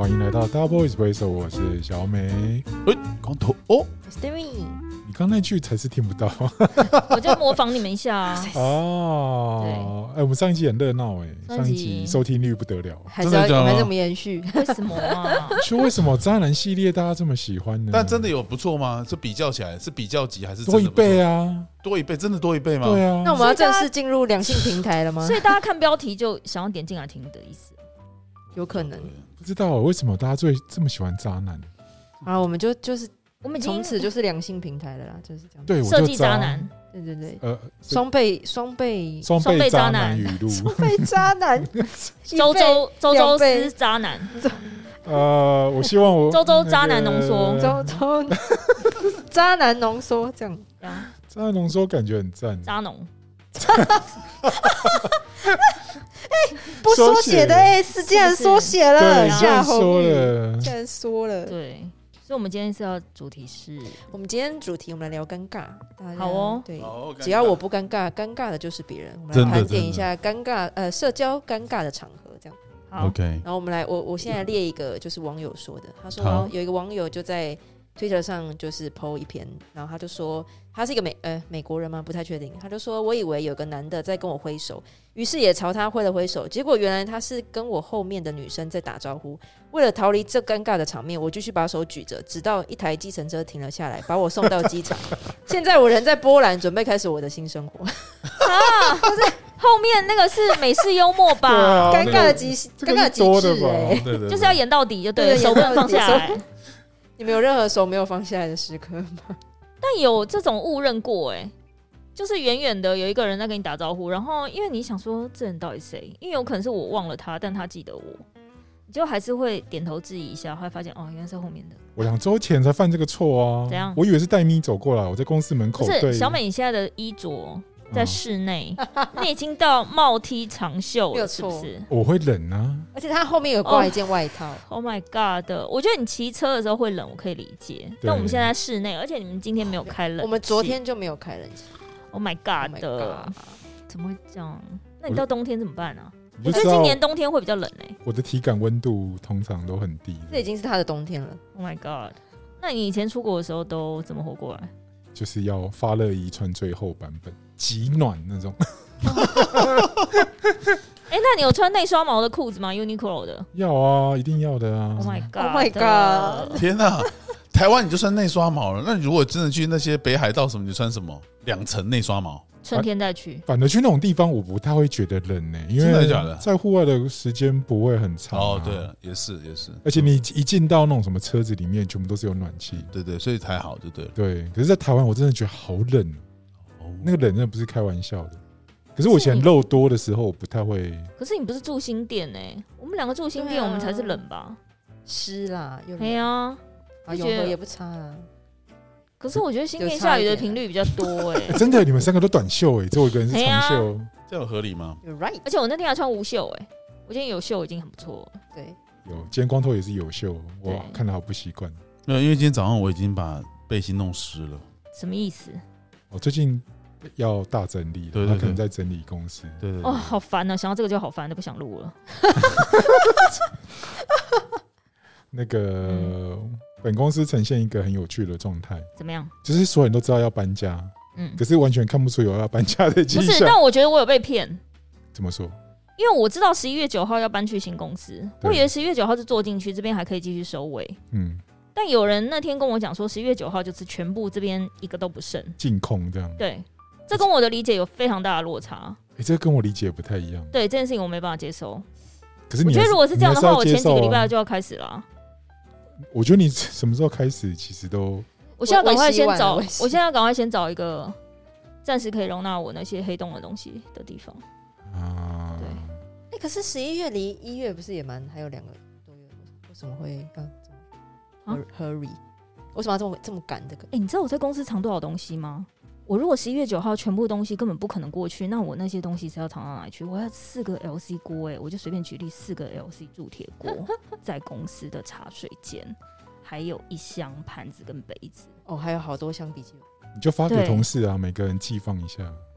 欢迎来到 Double Espresso， 我是小美。 光头哦 ，Stevie， 你刚那句才是听不到， 我就模仿你们一下啊。 哦，我们上一集很热闹上一集收听率不得了， 真的假的吗？ 还是我们延续？ 为什么啊？ 就为什么渣男系列大家这么喜欢呢？ 但真的有不错吗？是比较起来是比较级还是多一倍啊？ 多一倍，真的多一倍吗？ 对啊。 那我们要正式进入两性平台了吗？ 所以大家看标题就想要点进来听的意思， 有可能。 不知道为什么大家这么喜欢渣男啊？我们就是我们从此就是两性平台了啦，就是这样。 对， 设计渣男， 对对对，双倍渣男语录， 双倍渣男， 周周斯渣男， 我希望我周渣男浓缩， 周渣男浓缩这样， 渣男浓缩感觉很赞， 渣浓。 不缩写的 S 竟然缩写了， 吓疯了， 竟然说了， 对。所以我们今天是要主题是， 我们今天主题我们来聊尴尬。 好哦， 对，只要我不尴尬，尴尬的就是别人。我们来盘点一下尴尬社交尴尬的场合，这样。 好 ，OK。 然后我们来，我现在列一个，就是网友说的。他说有一个网友就在 Twitter 上就是 po 一篇，然后他就说他是一个美国人吗？不太确定。他就说我以为有个男的在跟我挥手，于是也朝他挥了挥手，结果原来他是跟我后面的女生在打招呼。为了逃离这尴尬的场面，我继续把手举着，直到一台计程车停了下来，把我送到机场。现在我人在波兰，准备开始我的新生活。 啊，不是后面那个是美式幽默吧？ 尴尬的极致对， 就是要演到底就对了，手不能放下来。 你们有任何手没有放下来的时刻吗？ 但有这种误认过就是远远的有一个人在跟你打招呼，然后因为你想说这人到底谁？因为有可能是我忘了他，但他记得我，你就还是会点头质疑一下，后来发现原来是后面的。 我2周前才犯这个错啊！ 怎样？ 我以为是戴咪走过来，我在公司门口。 不是小美，你现在的衣着在室内，你已经到帽 T 长袖了，是不是？ 我会冷啊， 而且他后面有挂一件外套。 Oh my god！ 我觉得你骑车的时候会冷，我可以理解。但我们现在在室内，而且你们今天没有开冷气， 我们昨天就没有开冷气。 Oh my god！ 怎么会这样？那你到冬天怎么办啊？ 我觉得今年冬天会比较冷我的体感温度通常都很低， 这已经是他的冬天了。 Oh my god！ 那你以前出国的时候都怎么活过来？ 就是要发热衣穿最后版本，极暖那种。 那你有穿内刷毛的裤子吗 ？Uniqlo 的？ 要啊，一定要的啊 ！Oh my god！ Oh my god！ 天哪！台湾你就穿内刷毛了，那你如果真的去那些北海道什么，你穿什么2层内刷毛？ 春天再去。 反而去那种地方，我不太会觉得冷因为真的假的？ 在户外的时间不会很长。 哦，对了，也是。 而且你一进到那种什么车子里面，全部都是有暖气。 对，所以才好，就对了。 对，可是，在台湾我真的觉得好冷那个冷真的不是开玩笑的。可是我以前肉多的时候，我不太会。 可是你不是住新店我们2个住新店，我们才是冷吧？ 湿啦，又对啊， 永和也不差啊。 可是我觉得新店下雨的频率比较多真的，你们3个都短袖只有我一个人是长袖， 这样合理吗？ You're right。 而且我那天还穿无袖我今天有袖已经很不错了。 对， 有今天光头也是有袖，我看得好不习惯。 没有，因为今天早上我已经把背心弄湿了。 什么意思？ 我最近要大整理， 对， 他可能在整理公司。 对， 好烦啊！想到这个就好烦，都不想录了。 那个本公司呈现一个很有趣的状态， 怎么样？ 就是所有人都知道要搬家，可是完全看不出有要搬家的迹象。 不是，但我觉得我有被骗。 怎么说？ 因为我知道11月9号要搬去新公司，我以为11月9号是坐进去，这边还可以继续收尾。但有人那天跟我讲说，11月9号就是全部这边一个都不剩， 净空这样。 对，这跟我的理解有非常大的落差。 这跟我理解不太一样。 对，这件事情我没办法接受。 可是我觉得如果是这样的话，我前几个礼拜就要开始了。 我觉得你什么时候开始，其实都…… 我现在赶快先找，我现在赶快先找一个暂时可以容纳我那些黑洞的东西的地方啊。 对，可是11月离1月不是也还有2个多月，为什么会hurry？ 为什么要这么赶这个？ 你知道我在公司藏多少东西吗？我如果11月9号全部东西根本不可能过去，那我那些东西是要藏到哪里去？我要4个 LC 锅我就随便举例4个 LC 铸铁锅在公司的茶水间，还有1箱盘子跟杯子。 还有好多箱笔记本。 你就发给同事啊，每个人寄放一下。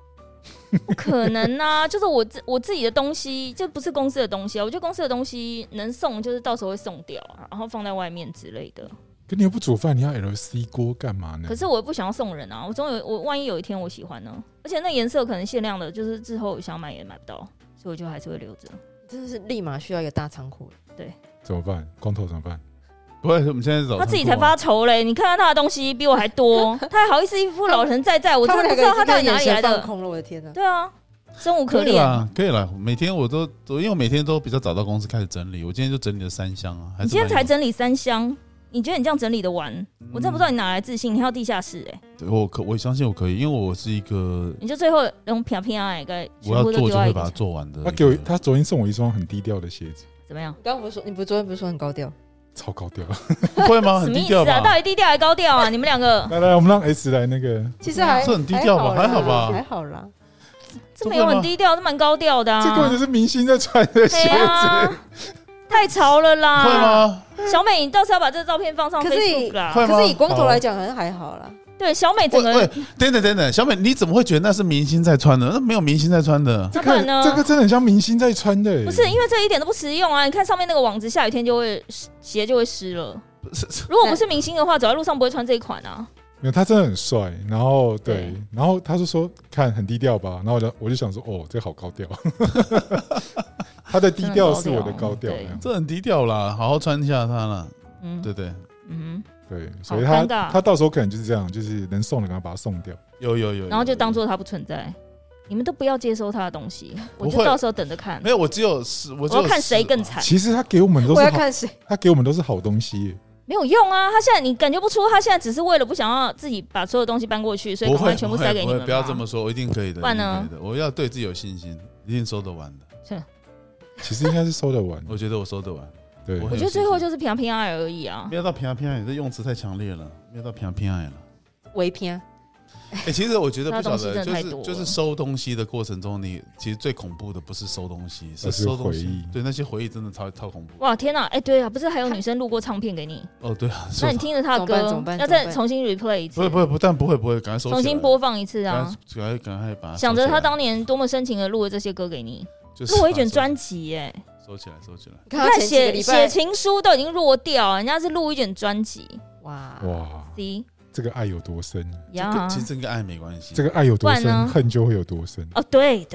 不可能啊！就是我自己的东西，就不是公司的东西啊。我觉得公司的东西能送，就是到时候会送掉，然后放在外面之类的。 可你又不煮饭，你要 LC 锅干嘛呢？ 可是我又不想要送人啊！我万一有一天我喜欢呢？而且那颜色可能限量的，就是之后想买也买不到，所以我就还是会留着。 真的是立马需要一个大仓库。 对， 怎么办？光头怎么办？ 不会，我们现在找他自己才发愁嘞！你看看他的东西比我还多，他还好意思一副老神在在，我真的不知道他到底哪里来的。 空了，我的天哪！ 对啊，生无可恋。 可以了，每天我都因为我每天都比较早到公司开始整理，我今天就整理了3箱啊。 你今天才整理3箱，你觉得你这样整理得完？我真的不知道你哪来自信，你还有地下室我相信我可以，因为我是一个， 你就最后用啪啪该我要做就会把它做完的。 他昨天送我一双很低调的鞋子， 怎么样？ 刚刚不是说你昨天不是说很高调？ 超高调， 会吗？很低调吧？ 什么意思啊？到底低调还高调啊？你们两个来，我们让 S 来那个， 其实还是很低调吧？还好吧？ 还好啦。 这没有很低调，这蛮高调的啊。 这根本就是明星在穿的鞋子， 太潮了啦！ 会吗？ 小美，你到时候要把这个照片放上 Facebook 啦。 可是以光头来讲，好像还好啦。 对，小美整个等等，小美，你怎么会觉得那是明星在穿的？那没有明星在穿的。 这个呢？ 这个真的很像明星在穿的。 不是，因为这一点都不实用啊！你看上面那个网子，下雨天就会鞋就会湿了。如果不是明星的话，走在路上不会穿这一款啊。 没有，他真的很帅。然后对，然后他就说看很低调吧。然后我就想说，哦，这个好高调。他的低调是我的高调， 这很低调啦，好好穿一下它啦。对对， 对，所以他到时候可能就是这样，就是能送的赶快把它送掉。 有， 然后就当做他不存在。你们都不要接收他的东西，我就到时候等着看。 没有，我要看谁更惨。 其实他给我们都是我要看谁， 他给我们都是好东西。 没有用啊！他现在你感觉不出，他现在只是为了不想要自己把所有东西搬过去，所以赶快全部塞给你们。 不要这么说，我一定可以的。 不然呢？ 我要对自己有信心，一定收得完的。 是， 其实应该是收得完。 我觉得我收得完。 对， 我觉得最后就是平平爱而已啊。 没有到平爱，这用词太强烈了，没有到平爱了。 微偏。 其实我觉得不晓得， 就是收东西的过程中，你其实最恐怖的不是收东西，是收回忆。对，那些回忆真的超恐怖。 哇，天哪！对啊，不是还有女生录过唱片给你？ 哦，对啊。 那你听着她的歌，要再重新 replay 一次。 但不会，赶快收起来。 重新播放一次啊！ 赶快把它想着她当年多么深情的录了这些歌给你，录了一卷专辑耶。 收起来。 你看写情书都已经弱掉，人家是录一卷专辑。哇 ，C。 这个爱有多深？ 其实这跟爱没关系。 这个爱有多深，恨就会有多深。 哦，对，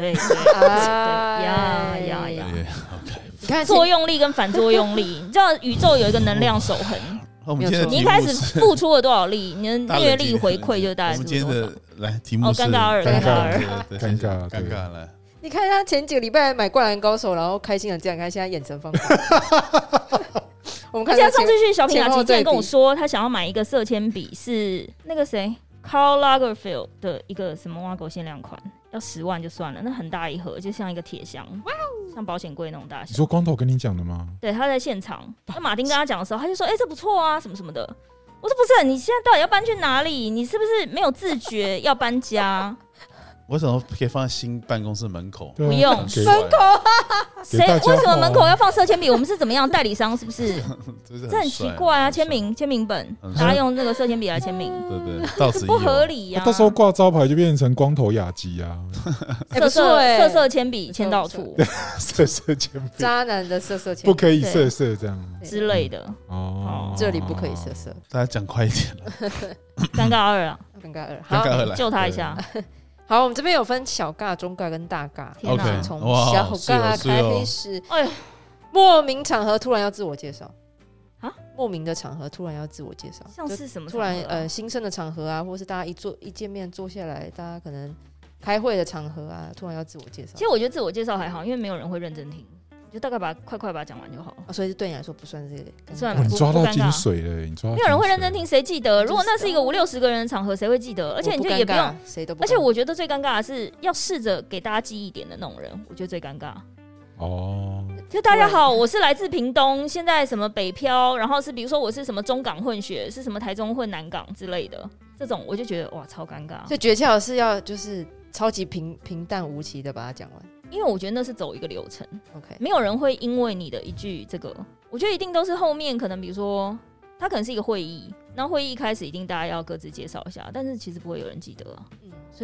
你看作用力跟反作用力，你知道宇宙有一个能量守恒。你一开始付出了多少力，你的虐力回馈就大概是多少。 我们今天的来题目是尴尬尬来。 你看他前几个礼拜买《灌篮高手》，然后开心的这样，看现在眼神放光。而且他上次去小品雅集竟然跟我说，他想要买一个色铅笔，是那个谁 Karl Lagerfeld 的一个什么挖狗限量款，要10万就算了，那很大一盒，就像一个铁箱，像保险柜那种大小。 你说光头跟你讲的吗？ 对，他在现场。那马丁跟他讲的时候，他就说：“这不错啊，什么什么的。”我说：“不是，你现在到底要搬去哪里？你是不是没有自觉要搬家？” 为什么可以放在新办公室门口？ 不用门口谁？为什么门口要放色铅笔？我们是怎么样代理商？是不是？这很奇怪啊！签名本，大家用那个色铅笔来签名， 对，到此不合理呀。 到时候挂招牌就变成光头雅集啊， 色铅笔签到处， 色铅笔， 渣男的色铅笔不可以色这样之类的哦。 这里不可以色， 大家讲快一点了。 尴尬二啊， 尴尬二， 好， 救他一下。 好，我们这边有分小尬、中尬跟大尬。 OK， 从小尬开始。 哎， 莫名场合突然要自我介绍啊！莫名的场合突然要自我介绍， 像是什么？ 突然新生的场合啊，或是大家一见面坐下来，大家可能开会的场合啊，突然要自我介绍。 其实我觉得自我介绍还好，因为没有人会认真听。就大概快把它讲完就好了， 所以对你来说不算是算你抓到精髓了，你抓到。 没有人会认真听，谁记得？如果那是一个50-60个人的场合，谁会记得？而且你就也不用， 谁都不。 而且我觉得最尴尬的是要试着给大家记忆点的那种人，我觉得最尴尬。 哦， 就大家好，我是来自屏东，现在什么北漂，然后是比如说我是什么中港混血，是什么台中混南港之类的，这种我就觉得哇超尴尬。 所以诀窍是要就是超级平淡无奇的把它讲完。 因为我觉得那是走一个流程 ，OK， 没有人会因为你的一句这个，我觉得一定都是后面可能比如说，它可能是一个会议，然后会议一开始一定大家要各自介绍一下，但是其实不会有人记得啊，所以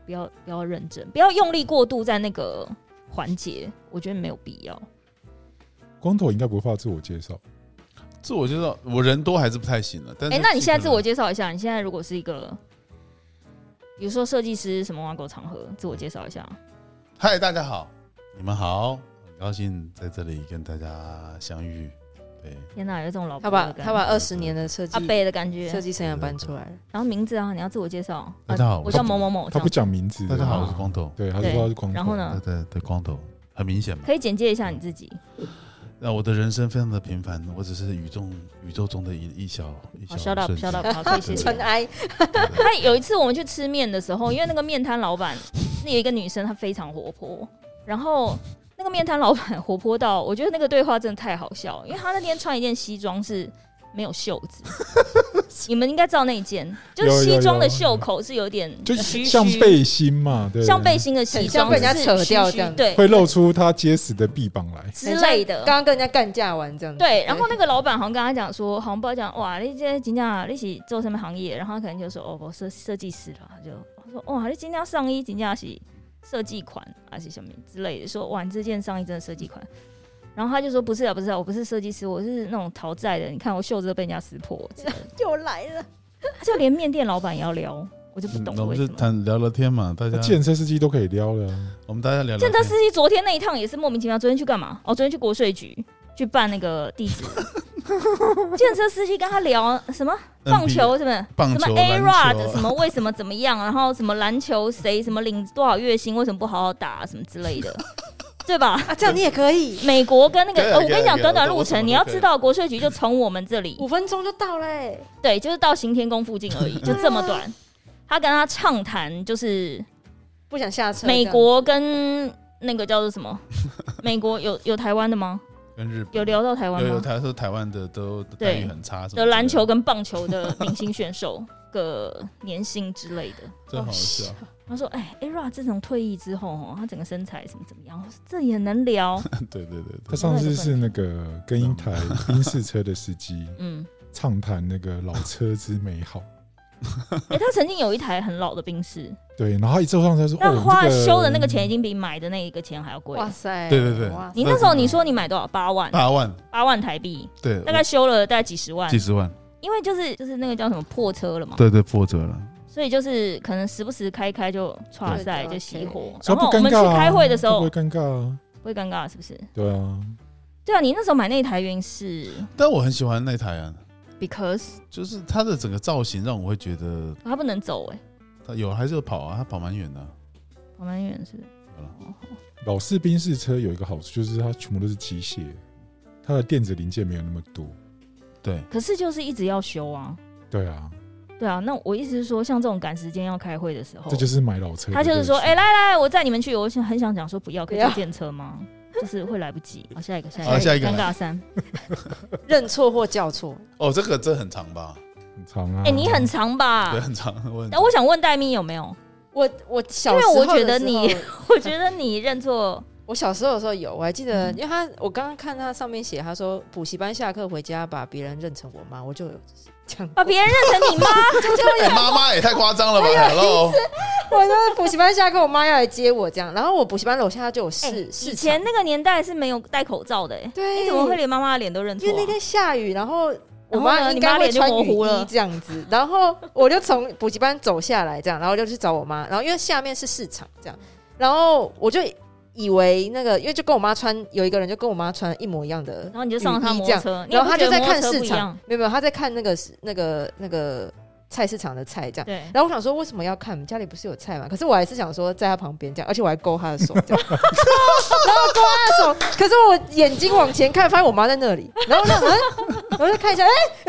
不要认真，不要用力过度在那个环节，我觉得没有必要。 光头应该不怕自我介绍。 自我介绍，我人多还是不太行了。但是那你现在自我介绍一下，你现在如果是一个，比如说设计师什么挖狗场合，自我介绍一下。 嗨，大家好，你们好，很高兴在这里跟大家相遇。对， 天哪，有这种老他把20年的设计阿伯的感觉， 设计生涯搬出来了。 然后名字啊，你要自我介绍。 大家好， 我叫某某某。 他不讲名字。 大家好，我是光头。 对，他说他是光头。 然后呢？ 对，光头，很明显嘛。 可以简介一下你自己。 那我的人生非常的平凡，我只是宇宙中的一小 shut up， 好，可以谢谢。 尘埃。 他有一次我们去吃面的时候，因为那个面摊老板，那有一个女生，她非常活泼，然后那个面摊老板活泼到，我觉得那个对话真的太好笑，因为他那天穿一件西装是没有袖子，你们应该知道那一件，就是西装的袖口是有点就像背心嘛，对， 像背心的西装， 被人家扯掉这样， 对， 会露出他结实的臂膀来之类的。 刚刚跟人家干架完这样， 对。然后那个老板好像跟他讲说，好像不知道讲哇，你这今天你是做什么行业？然后他可能就说哦，我设计师啦，就说哇，你今天上衣今天是设计款还是什么之类的，说哇，你这件上衣真的设计款。然后他就说不是啊，我不是设计师，我是那种讨债的。你看我袖子都被人家撕破， 又来了。 他就连面店老板也要撩，我就不懂了为什么。 我们就聊天嘛，大家计程车司机都可以撩了。 我们大家聊。 计程车司机昨天那一趟也是莫名其妙，昨天去干嘛？昨天去国税局去办那个地址。计程车司机跟他聊什么棒球什么什么 A-Rod 什么为什么怎么样，然后什么篮球谁什么领多少月薪，为什么不好好打什么之类的。对吧？ 这样你也可以。 美国跟那个，我跟你讲，短短路程，你要知道，国税局就从我们这里 5分钟就到嘞。 对，就是到行天宫附近而已，就这么短。他跟他畅谈，就是不想下车。 美国跟那个叫做什么？美国有台湾的吗？ 跟日本有聊到台湾吗？ 有他说台湾的都待遇很差， 的篮球跟棒球的明星选手个年薪之类的， 真好笑。 他说：“A-Rod 自从退役之后，他整个身材怎么样？这也能聊。 对， 他上次是那个跟一台宾士车的司机，畅谈那个老车之美好。 他曾经有一台很老的宾士， 对，然后他一坐上车说， 但花修的那个钱已经比买的那一个钱还要贵。 哇塞！ 对， 你那时候你说你买多少？8万台币， 对， 大概修了大概几十万。因为就是那个叫什么破车了嘛， 对，破车了。” 所以就是可能时不时开就唰塞就熄火， 然后我们去开会的时候不会尴尬啊， 不会尴尬是不是？ 对啊， 你那时候买那台原因是， 但我很喜欢那台啊 ，because 就是它的整个造型让我会觉得它不能走它还是有跑啊，它跑蛮远的， 跑蛮远是。 老式宾士车有一个好处就是它全部都是机械，它的电子零件没有那么多， 对， 可是就是一直要修啊， 对啊。 对啊，那我意思是说，像这种赶时间要开会的时候， 这就是买老车。 他就是说，来，我载你们去。我很想讲说，不要，可以坐电车吗？就是会来不及。好，下一个，尴尬3， 认错或叫错。 这个真很长吧？ 很长啊。 你很长吧？ 对，很长。 我想问戴咪有没有？ 我小时候， 因为我觉得你认错。 我小时候的时候有，我还记得，因为我刚刚看他上面写，他说补习班下课回家把别人认成我妈，我就有这样把别人认成你妈， 妈妈也太夸张了吧 ？Hello， 我说补习班下课，我妈要来接我这样，然后我补习班楼下就有以前那个年代是没有戴口罩的， 对， 你怎么会连妈妈的脸都认错？ 因为那天下雨，然后我妈应该会穿雨衣这样子，然后我就从补习班走下来这样，然后就去找我妈，然后因为下面是市场这样，然后我就以为那个，因为就跟我妈穿，有一个人就跟我妈穿一模一样的， 然后你就上了他摩托车， 然后他就在看市场，没有，他在看那个菜市场的菜这样。 对。 然后我想说，为什么要看？家里不是有菜吗？可是我还是想说，在他旁边这样，而且我还勾他的手这样，然后勾他的手，可是我眼睛往前看，发现我妈在那里，然后我就看一下，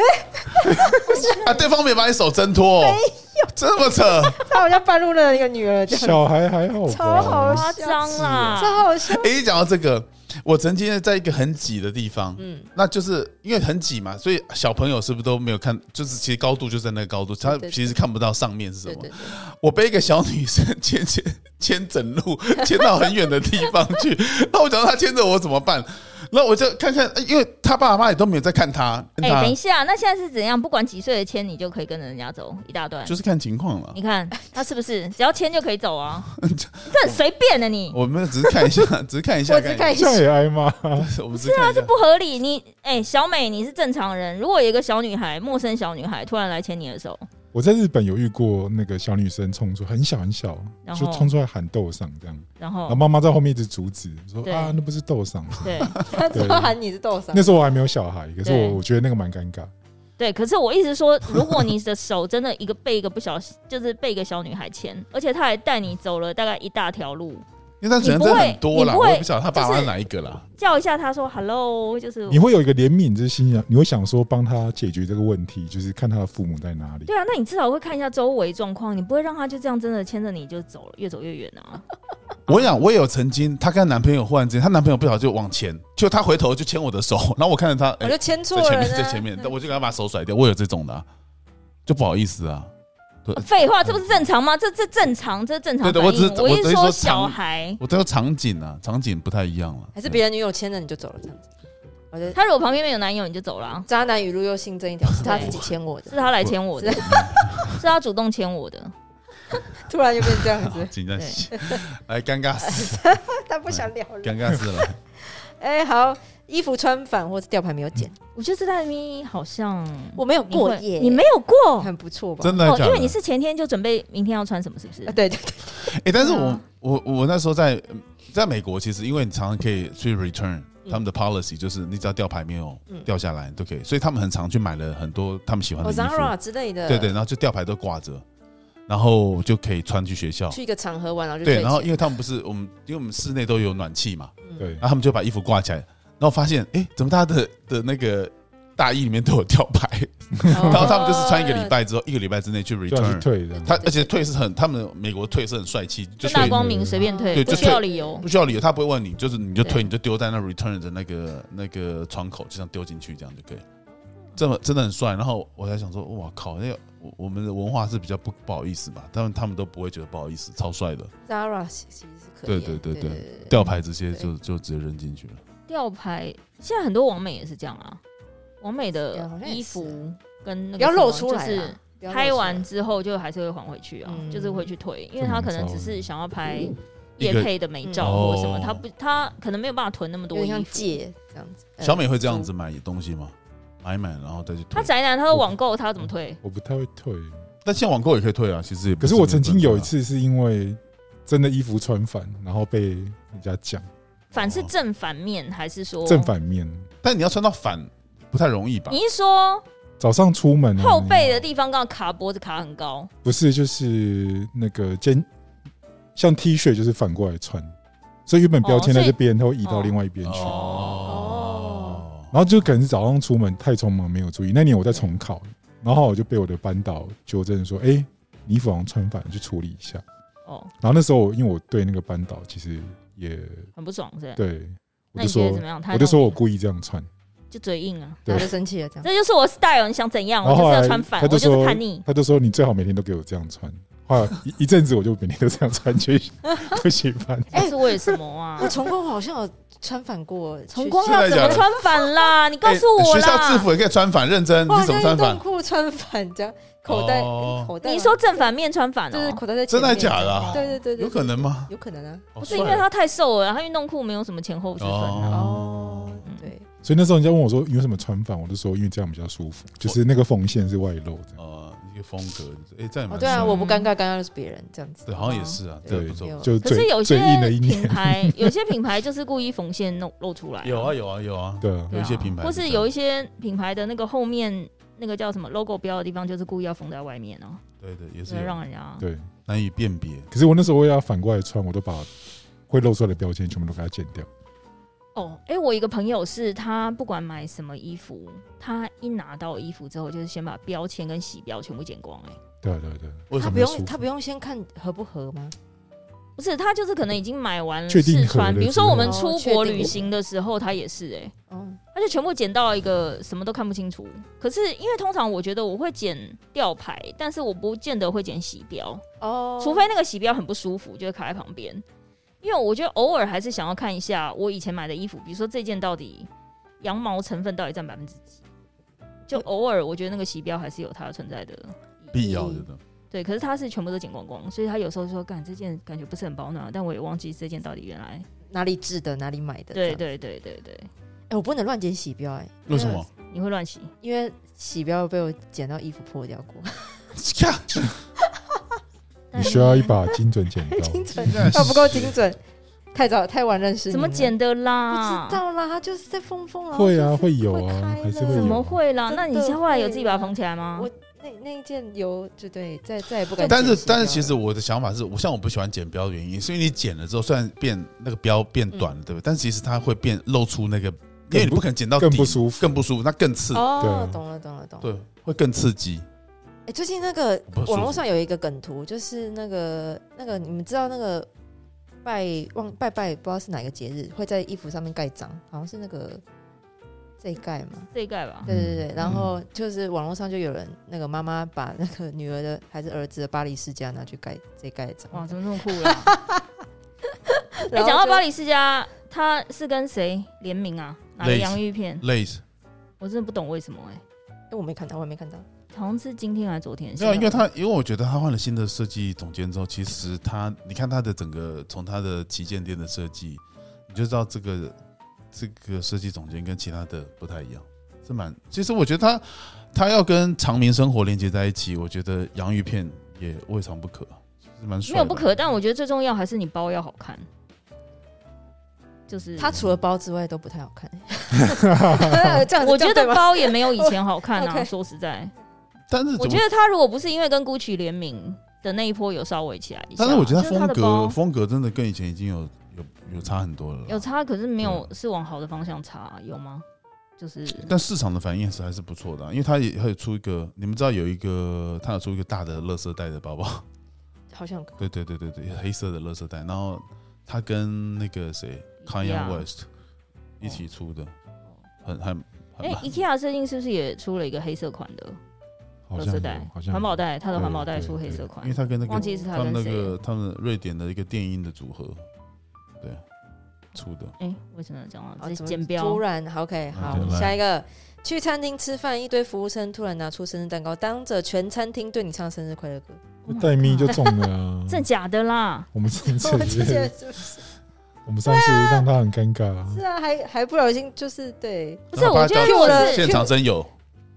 对方没把你手挣脱，没有，这么扯， 他好像半路认了一个女儿这样。 小孩还好吧， 超好夸张啦， 超好笑。 讲到这个，我曾经在一个很挤的地方，那就是因为很挤嘛，所以小朋友是不是都没有看？就是其实高度就在那个高度，他其实看不到上面是什么。对，我被一个小女生牵整路，牵到很远的地方去。那我想说她牵着我怎么办？ 然后我就看看，因为他爸妈也都没有在看他。 等一下，那现在是怎样？不管几岁的签，你就可以跟着人家走一大段， 就是看情况了。 你看他是不是只要签就可以走啊？这很随便的你。 我们只是看一下，只是看一下， 这样也挨吗？ 是啊，这不合理。你小美你是正常人，如果有一个小女孩，陌生小女孩突然来牵你的手。 我在日本有遇过那个小女生冲出，很小很小，就冲出来喊豆上这样，然后妈妈在后面一直阻止，说啊那不是豆上， 对， 他知道喊你是豆上。 那时候我还没有小孩，可是我觉得那个蛮尴尬。 对，可是我意思说，如果你的手真的被一个不小心，就是被一个小女孩牵，而且她还带你走了大概一大条路。 因为他人真的很多啦，我也不晓得他爸妈是哪一个啦。 叫一下他说 “hello”， 就是你会有一个怜悯之心，你会想说帮他解决这个问题，就是看他的父母在哪里。 对啊，那你至少会看一下周围状况，你不会让他就这样真的牵着你就走了，越走越远啊。 我想我也有曾经，她跟男朋友忽然之间，她男朋友不小心就往前，就她回头就牵我的手，然后我看着她， 我就牵错了， 在前面，我就给她把手甩掉。我有这种的，就不好意思啊。 废话，这不是正常吗？这正常，这正常反应。我一直说小孩， 我这个场景啊，场景不太一样了。 还是别人女友牵着你就走了这样子？我觉得他如果旁边没有男友，你就走了。 渣男语录又新增一条，是他自己牵我的， 是他来牵我的，是他主动牵我的。 突然又变这样子， 紧张死，来尴尬死， 他不想聊了， 尴尬死了。 好。衣服穿反或者吊牌没有剪， 我觉得这代咪好像我没有过夜， 你没有过， 很不错吧？ 真的假的？ 因为你是前天就准备明天要穿什么，是不是？ 对。 但是我那时候在美国，其实因为你常常可以去 return 他们的 policy，就是你只要吊牌没有掉下来都可以，所以他们很常去买了很多他们喜欢的衣服 ，Zara 之类的， 对，然后就吊牌都挂着。然后就可以穿去学校， 去一个场合玩，然后就对。然后因为他们不是因为我们室内都有暖气嘛， 对。 然后他们就把衣服挂起来，然后发现怎么他的那个大衣里面都有吊牌，然后他们就是穿一个礼拜之后，1个礼拜之内去 return 退的。 而且退是他们美国退是很帅气，就大光明随便退， 对， 不需要理由， 不需要理由，他不会问你，就是你就退，你就丢在那 return 的那个窗口，就这样丢进去，这样就可以。真的很帅。然后我才想说，哇靠，那个我们的文化是比较不好意思吧？他们都不会觉得不好意思，超帅的。 Zara 其实是可以， 对，吊牌这些就直接扔进去了。 吊牌现在很多网美也是这样啊，网美的衣服跟那个不要露出来， 就是拍完之后就还是会还回去啊，就是会去退，因为他可能只是想要拍业配的美照或什么，他可能没有办法囤那么多衣服， 像借这样子。 小美会这样子买东西吗？买然后再去退。 他宅男，他会网购，他怎么退？ 我不太会退， 但现在网购也可以退啊。其实也不可是我曾经有一次是因为真的衣服穿反，然后被人家讲。 反是正反面还是说正反面？ 但你要穿到反不太容易吧？ 你是说早上出门后背的地方刚好卡脖子卡很高？ 不是，就是那个像 T 恤就是反过来穿，所以原本标签在这边，它会移到另外一边去。然后就可能是早上出门太匆忙没有注意，那年我在重考，然后我就被我的班导纠正说：“你衣服好像穿反了，去处理一下。”然后那时候因为我对那个班导其实也很不爽，是吧？ 对， 那你觉得怎么样？ 我就说我故意这样穿， 就嘴硬啊， 他就生气了， 这就是我 style， 你想怎样？我就是要穿反，我就是叛逆。 他就说你最好每天都给我这样穿。后来一阵子我就每天都这样穿去学班。 是为什么啊？ 我重光好像有穿反过， 重光要怎么穿反啦？你告诉我啦。 学校制服也可以穿反，认真。你怎么穿反？ 运动裤穿反，这样口袋。 你说正反面穿反就是口袋在前面。 真的假的？ 对， 有可能吗？ 有可能啊。 不是因为他太瘦了，他运动裤没有什么前后之分啊。 对。 所以那时候人家问我说：“你为什么穿反？”我就说：“因为这样比较舒服，就是那个缝线是外露的。” 一个风格，这样对啊，我不尴尬，尴尬的是别人这样子。 对，好像也是啊，对， 就可是有些品牌，有些品牌就是故意缝线露出来。 有啊， 对， 有一些品牌， 或是有一些品牌的那个后面那个叫什么 logo 标的地方，就是故意要缝在外面哦。 对，也是让人家对难以辨别。 可是我那时候为了反过来穿，我都把会露出来的标签全部都给它剪掉。 我一个朋友是他不管买什么衣服，他一拿到衣服之后，就是先把标签跟洗标全部剪光。 对， 为什么他不用先看合不合吗？ 不是，他就是可能已经买完了试穿，比如说我们出国旅行的时候，他也是他就全部剪到一个什么都看不清楚。可是因为通常我觉得我会剪吊牌，但是我不见得会剪洗标除非那个洗标很不舒服，就会卡在旁边。因因为我觉得偶尔还是想要看一下我以前买的衣服，比如说这件到底羊毛成分到底占几%，就偶尔我觉得那个洗标还是有它存在的必要的。 对，可是它是全部都剪光光，所以他有时候说干这件感觉不是很保暖，但我也忘记这件到底原来哪里制的哪里买的。 对。 我不能乱剪洗标为什么？ 你会乱洗？ 因为洗标被我剪到衣服破掉过。 你需要一把精准剪刀。 精准，它不够精准。太晚认识你。 怎么剪的啦？ 不知道啦，它就是在缝啊。 会啊，会有啊，还是会有。 怎么会啦？那你后来有自己把它缝起来吗？ 我那一件有，就对，再也不敢。 但是其实我的想法是，像我不喜欢剪标的原因，是因为你剪了之后，虽然那个标变短了，对不对？但是其实它会露出那个，因为你不可能剪到底， 更不舒服， 那更刺。 哦，懂了。 对，会更刺激。 最近那个网络上有一个梗图，就是那个你们知道那个拜拜，不知道是哪个节日会在衣服上面盖章，好像是那个。这一盖嘛， 这一盖吧， 对，然后就是网络上就有人那个妈妈把那个女儿的还是儿子的巴黎世家拿去盖这一盖章， 哇，怎么这么酷啦？讲到巴黎世家，他是跟谁联名啊？哪个洋芋片 ？Lace， 我真的不懂为什么我没看到，我还没看到， 好像是今天还是昨天？ 没有，因为我觉得他换了新的设计总监之后，其实你看他的整个从他的旗舰店的设计，你就知道这个设计总监跟其他的不太一样，其实我觉得他要跟常民生活连接在一起，我觉得洋芋片也未尝不可，是蛮帅的。 没有不可，但我觉得最重要还是你包要好看。就是他除了包之外都不太好看。 我觉得包也没有以前好看啊，说实在。 但是我觉得他如果不是因为跟 Gucci 联名的那一波有稍微起来一下， 但是我觉得他风格真的跟以前已经有差很多了， 有差，可是没有是往好的方向差，有吗？就是， 但市场的反应还是不错的，因为他也有出一个，你们知道他有出一个大的垃圾袋的包包， 好像对，黑色的垃圾袋，然后他跟那个谁 Kanye West 一起出的，很 IKEA 最近是不是也出了一个黑色款的垃圾袋？环保袋，他的环保袋出黑色款， 因为他跟那个忘记是他跟谁， 他们瑞典的一个电音的组合。对，出的。 为什么讲到剪标？ 突然 OK 好，下一个，去餐厅吃饭，一堆服务生突然拿出生日蛋糕，当着全餐厅对你唱生日快乐歌， 戴咪就中了啊！ 真的假的啦？ 我们上次让他很尴尬。 是啊，还不小心就是对， 不是我觉得如果是现场真有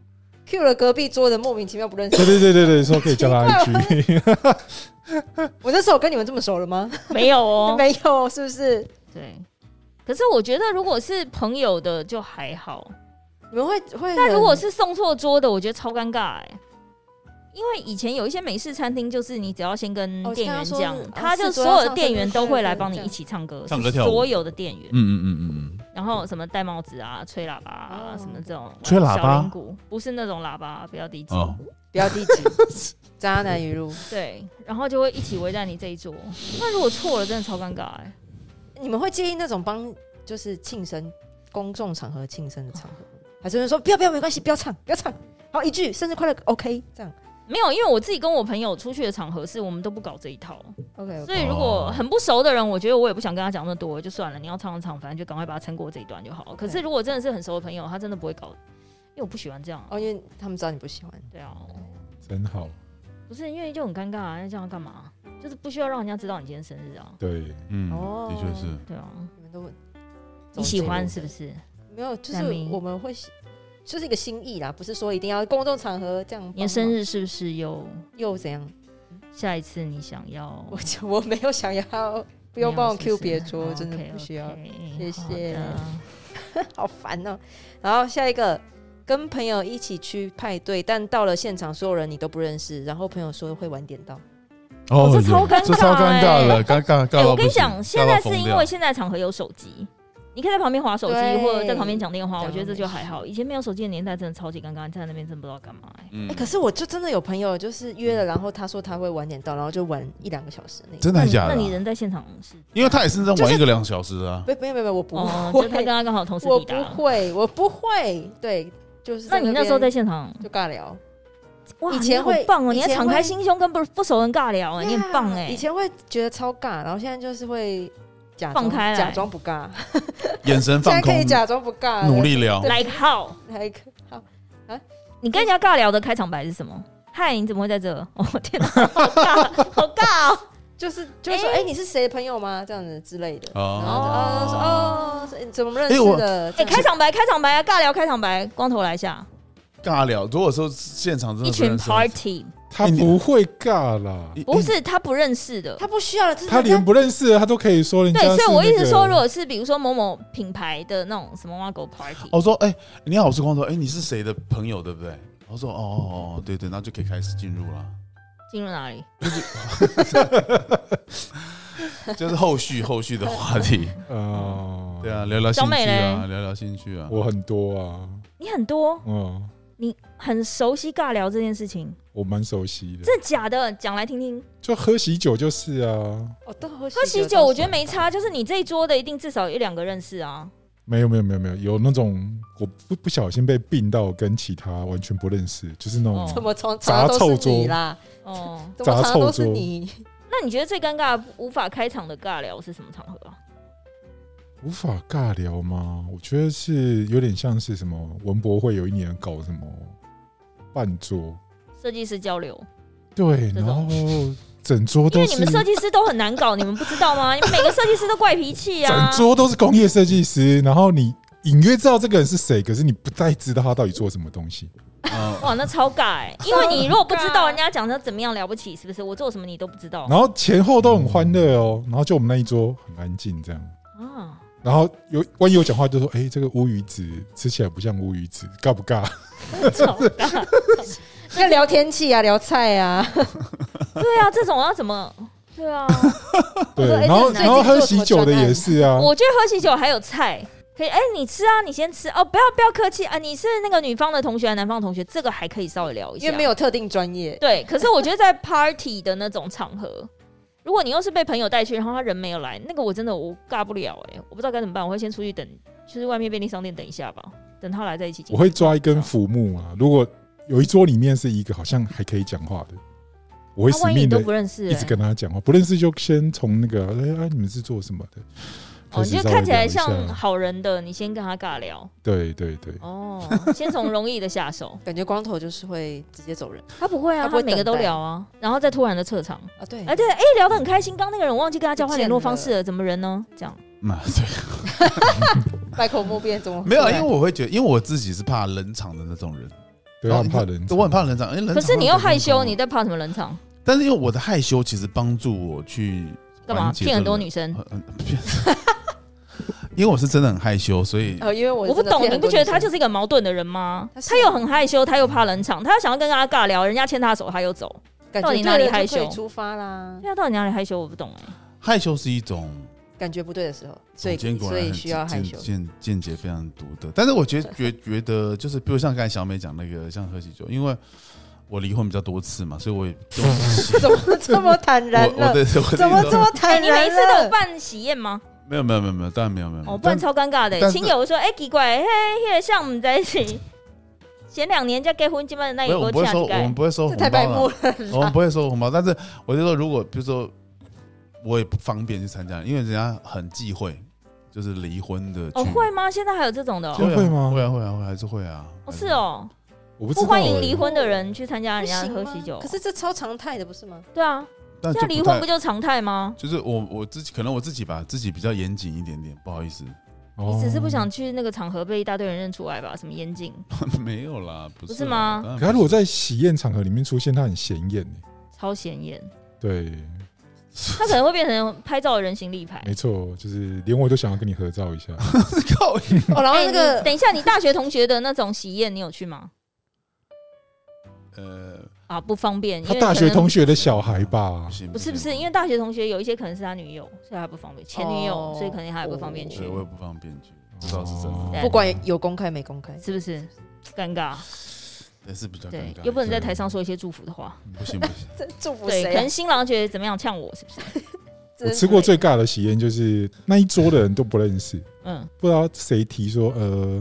Q 了隔壁桌的莫名其妙不认识， 对，说可以叫他一句。 我那时候跟你们这么熟了吗？ 没有哦， 没有，是不是？ 对。可是我觉得，如果是朋友的就还好， 你们会， 但如果是送错桌的，我觉得超尴尬因为以前有一些美式餐厅，就是你只要先跟店员讲，他就所有的店员都会来帮你一起唱歌， 跳舞， 所有的店员，然后什么戴帽子啊、吹喇叭啊，什么这种吹喇叭， 小铃鼓不是那种喇叭，不要低级， 不要低级，渣男语录。 对，然后就会一起围在你这一桌。那如果错了，真的超尴尬你们会介意那种帮就是庆生、公众场合庆生的场合，还是有人说不要没关系，不要唱，好一句生日快乐 OK 这样？ 没有，因为我自己跟我朋友出去的场合是我们都不搞这一套 OK， 所以如果很不熟的人，我觉得我也不想跟他讲那么多，就算了，你要唱，反正就赶快把它撑过这一段就好。可是如果真的是很熟的朋友，他真的不会搞，因为我不喜欢这样因为他们知道你不喜欢。 对啊， 真好。 不是因为就很尴尬那这样干嘛？就是不需要让人家知道你今天生日啊。 对， 的确是。 对啊， 你们都你喜欢是不是？ 没有，就是我们会。就是一个心意啦，不是说一定要公众场合这样。 你的生日是不是又怎样？ 下一次你想要？ 我没有想要，不用帮我 Q 别桌，真的不需要。谢谢。好烦哦。然后下一个，跟朋友一起去派对，但到了现场，所有人你都不认识，然后朋友说会晚点到。 这超尴尬， 这超尴尬了，尴尬。 我跟你讲，现在是因为现在场合有手机。你可以在旁边滑手机，或者在旁边讲电话，我觉得这就还好。以前没有手机的年代，真的超级尴尬，你站在那边真的不知道干嘛。 可是我就真的有朋友就是约了，然后他说他会晚点到，然后就晚1-2个小时。 真的假的？ 那你人在现场是？ 因为他也是在晚1-2个小时啊。 没有，我不会。 他跟他刚好同时抵达。 我不会。对，就是。 那你那时候在现场就尬聊？ 哇， 以前会好棒哦！你还敞开心胸跟不熟人尬聊，你很棒哎。 以前会觉得超尬，然后现在就是会。 放开来， 假装不尬， 眼神放空， 现在可以假装不尬， 努力聊。 Like how？ 好啊！ 你跟人家尬聊的开场白是什么？嗨，你怎么会在这？哦天哪，好尬，好尬哦！ 就是说，你是谁的朋友吗？这样子之类的。然后怎么认识的？ 开场白啊，尬聊开场白，光头来一下。 尬聊，如果说现场真的一群 party， 他不会尬啦， 不是他不认识的， 他不需要， 他连不认识的他都可以说人家。 对，所以我一直说，如果是比如说某某品牌的那种什么挖狗 party， 我说你好，我是光头，你是谁的朋友，对不对？我说对，那就可以开始进入了。 进入哪里？ 就是后续的话题。对啊，聊聊兴趣啊，聊聊兴趣啊。 我很多啊， 你很多，你很熟悉尬聊这件事情， 我蛮熟悉的。 真的假的？讲来听听。 就喝喜酒就是啊。 喝喜酒我觉得没差，就是你这一桌的一定至少1-2个认识啊。 没有，有那种我不小心被并到跟其他完全不认识，就是那种怎么杂臭桌啦？ 杂臭桌。 那你觉得最尴尬无法开场的尬聊是什么场合啊？ 无法尬聊吗？我觉得是有点像是什么文博会有一年搞什么半桌设计师交流， 对，然后整桌都是， 因为你们设计师都很难搞，你们不知道吗？你们每个设计师都怪脾气啊， 整桌都是工业设计师，然后你隐约知道这个人是谁，可是你不太知道他到底做什么东西。 哇，那超尬因为你如果不知道人家讲他怎么样了不起，是不是？我做什么你都不知道。 然后前后都很欢乐哦，然后就我们那一桌很安静这样啊。然后万一有讲话就说：“这个乌鱼子吃起来不像乌鱼子，尬不尬？” 超尬。 要聊天气啊，聊菜啊。 对啊，这种要怎么？对啊。 对，然后喝喜酒的也是啊。 我觉得喝喜酒还有菜。可以，你吃啊，你先吃哦，不要客气啊。你是那个女方的同学还是男方的同学？这个还可以稍微聊一下， 因为没有特定专业。 对，可是我觉得在 party 的那种场合，如果你又是被朋友带去，然后他人没有来，那个我尬不了我不知道该怎么办。我会先出去等，就是外面便利商店等一下吧，等他来在一起。 我会抓一根浮木啊，如果有一桌里面是一个好像还可以讲话的，我会死命的一直跟他讲话，不认识就先从那个你们是做什么的？ 你就看起来像好人的，你先跟他尬聊。 对。 先从容易的下手。 感觉光头就是会直接走人， 他不会啊，他每个都聊啊，然后再突然的撤场啊。对， 对，聊得很开心。刚那个人我忘记跟他交换联络方式了，怎么人呢？这样。 对。 百口莫辩，怎么没有？因为我会觉得，因为我自己是怕冷场的那种人。 对，很怕冷场， 我很怕冷场。 可是你又害羞，你在怕什么冷场？ 但是因为我的害羞，其实帮助我去干嘛？骗很多女生。 因为我是真的很害羞，所以因为我不懂，你不觉得他就是一个矛盾的人吗？他又很害羞，他又怕冷场，他想要跟他尬聊，人家牵他手他又走，到底哪里害羞？ 出发啦！ 对啊，到底哪里害羞？我不懂害羞是一种感觉不对的时候，所以需要害羞。 见解非常独特，但是我觉得就是，比如像刚才小美讲那个像喝喜酒，因为我离婚比较多次嘛，所以我也怎么这么坦然了？怎么这么坦然了？ 你每一次都有办喜宴吗？ 没有，当然没有。 不然超尴尬的。亲友说：“奇怪，那个像我们在一起前2年才结婚，基本上那也我们不会收红包， 太白目了。 我们不会收红包，但是我就说，如果比如说我也不方便去参加，因为人家很忌讳，就是离婚的。 会吗？现在还有这种的？ 会吗？ 会啊，还是会啊。 是哦， 我不欢迎离婚的人去参加人家喝喜酒。 可是这超常态的，不是吗？ 对啊。现在离婚不就常态吗？ 就是我自己，可能我自己吧，自己比较严谨一点点，不好意思。 你只是不想去那个场合被一大堆人认出来吧？什么严谨？ 没有啦，不是吗？ 可他如果在喜宴场合里面出现，他很显眼超显眼。 对， 他可能会变成拍照的人形立牌。 没错，就是连我都想要跟你合照一下。 然后那个， 等一下，你大学同学的那种喜宴，你有去吗？不方便。 他大学同学的小孩吧？ 不是，因为大学同学有一些可能是他女友，所以他不方便，前女友，所以可能他也不方便去。 我也不方便去，不知道是真的。 不管有公开没公开， 是不是尴尬？ 也是比较尴尬， 又不能在台上说一些祝福的话。 不行， 祝福谁？ 可能新郎觉得怎么样呛我，是不是？ 我吃过最尬的喜宴，就是那一桌的人都不认识，不知道谁提说，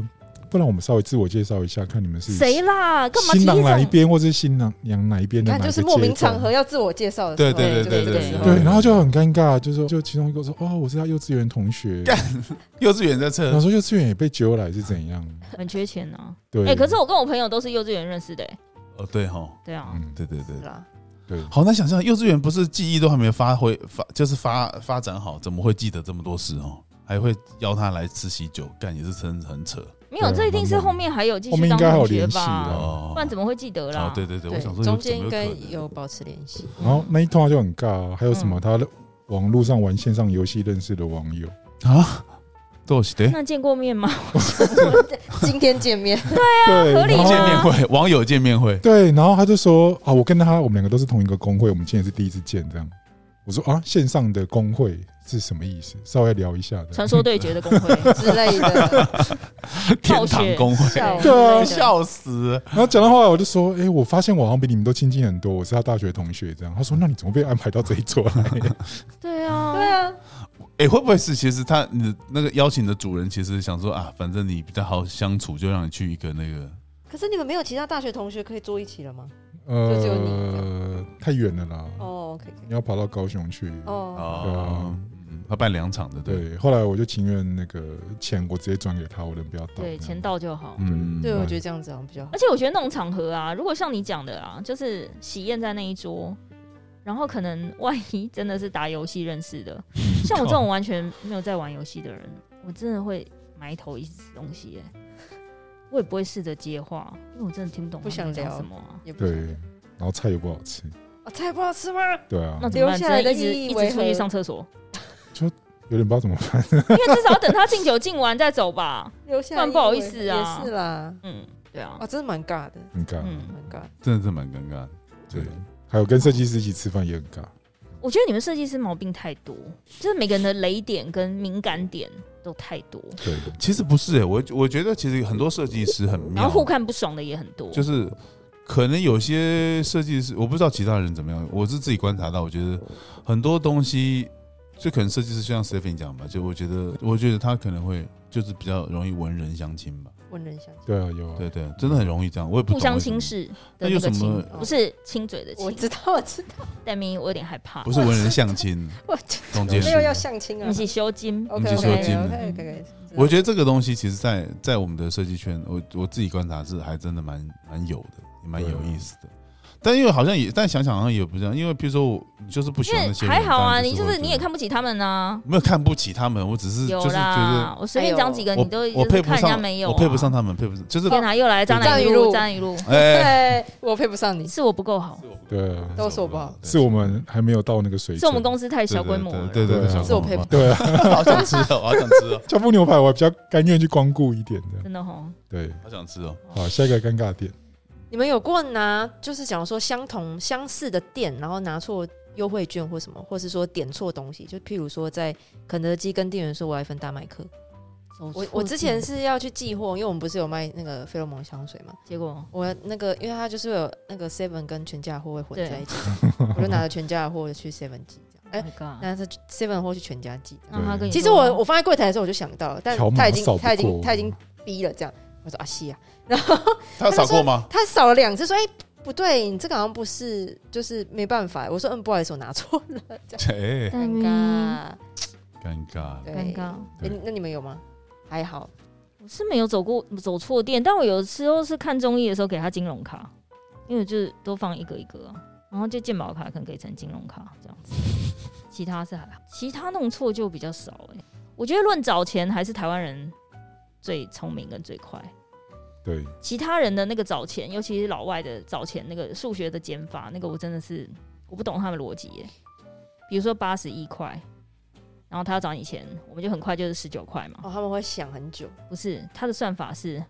不然我们稍微自我介绍一下，看你们是谁啦？干嘛新郎哪一边，或是新娘哪一边的哪一个阶段？ 就是莫名场合要自我介绍的时候，对， 然后就很尴尬，就其中一个说：“哦，我是他幼稚园同学。” 幼稚园在测， 我说幼稚园也被揪来是怎样？ 很缺钱啊。 对， 可是我跟我朋友都是幼稚园认识的。 对哈， 对啊， 对，好难想象，幼稚园不是记忆都还没有就是发展好，怎么会记得这么多事哦？还会邀他来吃喜酒，干也是真很扯。 没有，这一定是后面还有继续当同学吧？不然怎么会记得啦？ 对，我想说中间应该有保持联系。 然后那一通就很尬，还有什么？他网络上玩线上游戏认识的网友啊？ 那见过面吗？ 今天见面， 对啊，合理吗？ 见面会，网友见面会， 对。然后他就说啊，我们两个都是同一个工会，我们今天是第一次见，这样。我说啊，线上的工会是什么意思？稍微聊一下。 传说对决的工会之类的， 天堂工会， 对啊， 笑死。 然后讲到后来，我就说，我发现我好像比你们都亲近很多，我是他大学同学，这样。他说，那你怎么被安排到这一桌来？ 对啊。 会不会是其实你那个邀请的主人其实想说啊，反正你比较好相处，就让你去一个那个。 可是你们没有其他大学同学可以坐一起了吗？就只有你。 太远了啦。 OK。 你要跑到高雄去。对啊。 他办2场的。 对。后来我就情愿那个钱我直接转给他，我人不要到。 对，钱到就好。 对，我觉得这样子好像比较好。 而且我觉得那种场合啊，如果像你讲的啊，就是喜宴在那一桌。然后可能万一真的是打游戏认识的，像我这种完全没有在玩游戏的人，我真的会埋头一直吃东西我也不会试着接话，因为我真的听不懂他们讲什么啊。 对，然后菜又不好吃。 菜不好吃吗？ 对啊。 那留下来的一直出去上厕所， 就有点不知道怎么办。 因为至少要等他敬酒敬完再走吧， 留下不然不好意思啊。也是啦， 对啊。 真的蛮尬的， 很尬， 蛮尬， 真的是蛮尴尬的。对。 还有跟设计师一起吃饭也很尬。 我觉得你们设计师毛病太多，就是每个人的雷点跟敏感点都太多。 对， 其实不是我觉得其实很多设计师很妙， 然后互看不爽的也很多。 就是可能有些设计师，我不知道其他人怎么样，我是自己观察到，我觉得很多东西，就可能设计师就像 Stephen 讲吧，就我觉得他可能会就是比较容易文人相亲吧。 文人相亲， 对啊，有啊， 对，真的很容易这样。我也不互相轻视的那个亲，不是亲嘴的亲。 我知道， 但明我有点害怕。 不是文人相亲，中间没有要相亲啊， 不是修金， 不是修金。我觉得这个东西其实，在我们的设计圈，我自己观察是还真的蛮有的，也蛮有意思的。但因为好像但想想好像也不这样，因为比如说你就是不喜欢那些人， 还好啊，你也看不起他们啊， 没有看不起他们，我只是就是觉得我随便讲几个，你都我配不上， 没有， 我配不上他们，配不上，就是天哪，又来张南一路， 我配不上你， 是我不够好， 对， 都是我不好， 是我们还没有到那个水准， 是我们公司太小规模， 对， 是我配不上， 对啊， 好想吃哦， 教父牛排我还比较甘愿去光顾一点的， 真的齁， 对， 好想吃哦。 好，下一个尴尬点。 你们有过就是假如说相似的店，然后拿错优惠券或什么，或是说点错东西，就譬如说在肯德基跟店员说我要一份大麦克，我之前是要去寄货，因为我们不是有卖那个菲洛蒙香水嘛， 结果我那个因为它就是有那个 Seven 跟全家货会混在一起，我就拿着全家的货去 Seven 寄这样，拿着 Seven 货去全家寄。其实我放在柜台的时候我就想到了，但他已经逼了这样。我说啊是啊，然后他扫过吗？ 他扫了2次，说不对，你这个好像不是，就是没办法。我说不好意思，我拿错了，这样尴尬。 那你们有吗？还好， 我是没有走错店，但我有时候是看综艺的时候给他金融卡，因为就是都放一个一个啊，然后就健保卡可能可以成金融卡这样子。其他是还好，其他弄错就比较少我觉得论找钱还是台湾人最聪明跟最快。 对， 其他人的那个找钱，尤其是老外的找钱，那个数学的减法，那个我真的是我不懂他们逻辑耶。比如说81块，然后他要找你钱，我们就很快就是19块嘛。 他们会想很久。 不是，他的算法是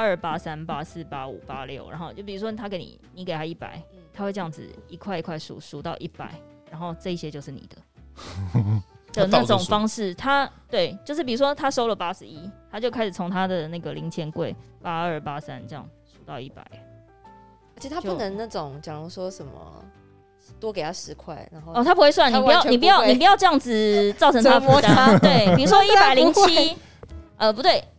82、83、84、85、86，然后就比如说他给你给他100，他会这样子一块一块数到100，然后这一些就是你的。的那种方式，他对，就是比如说他收了81，他就开始从他的那个零钱柜82、83这样数到100。 而且他不能那种，假如说什么多给他10块，然后他不会算，你不要这样子造成他负担。对，比如说107，不对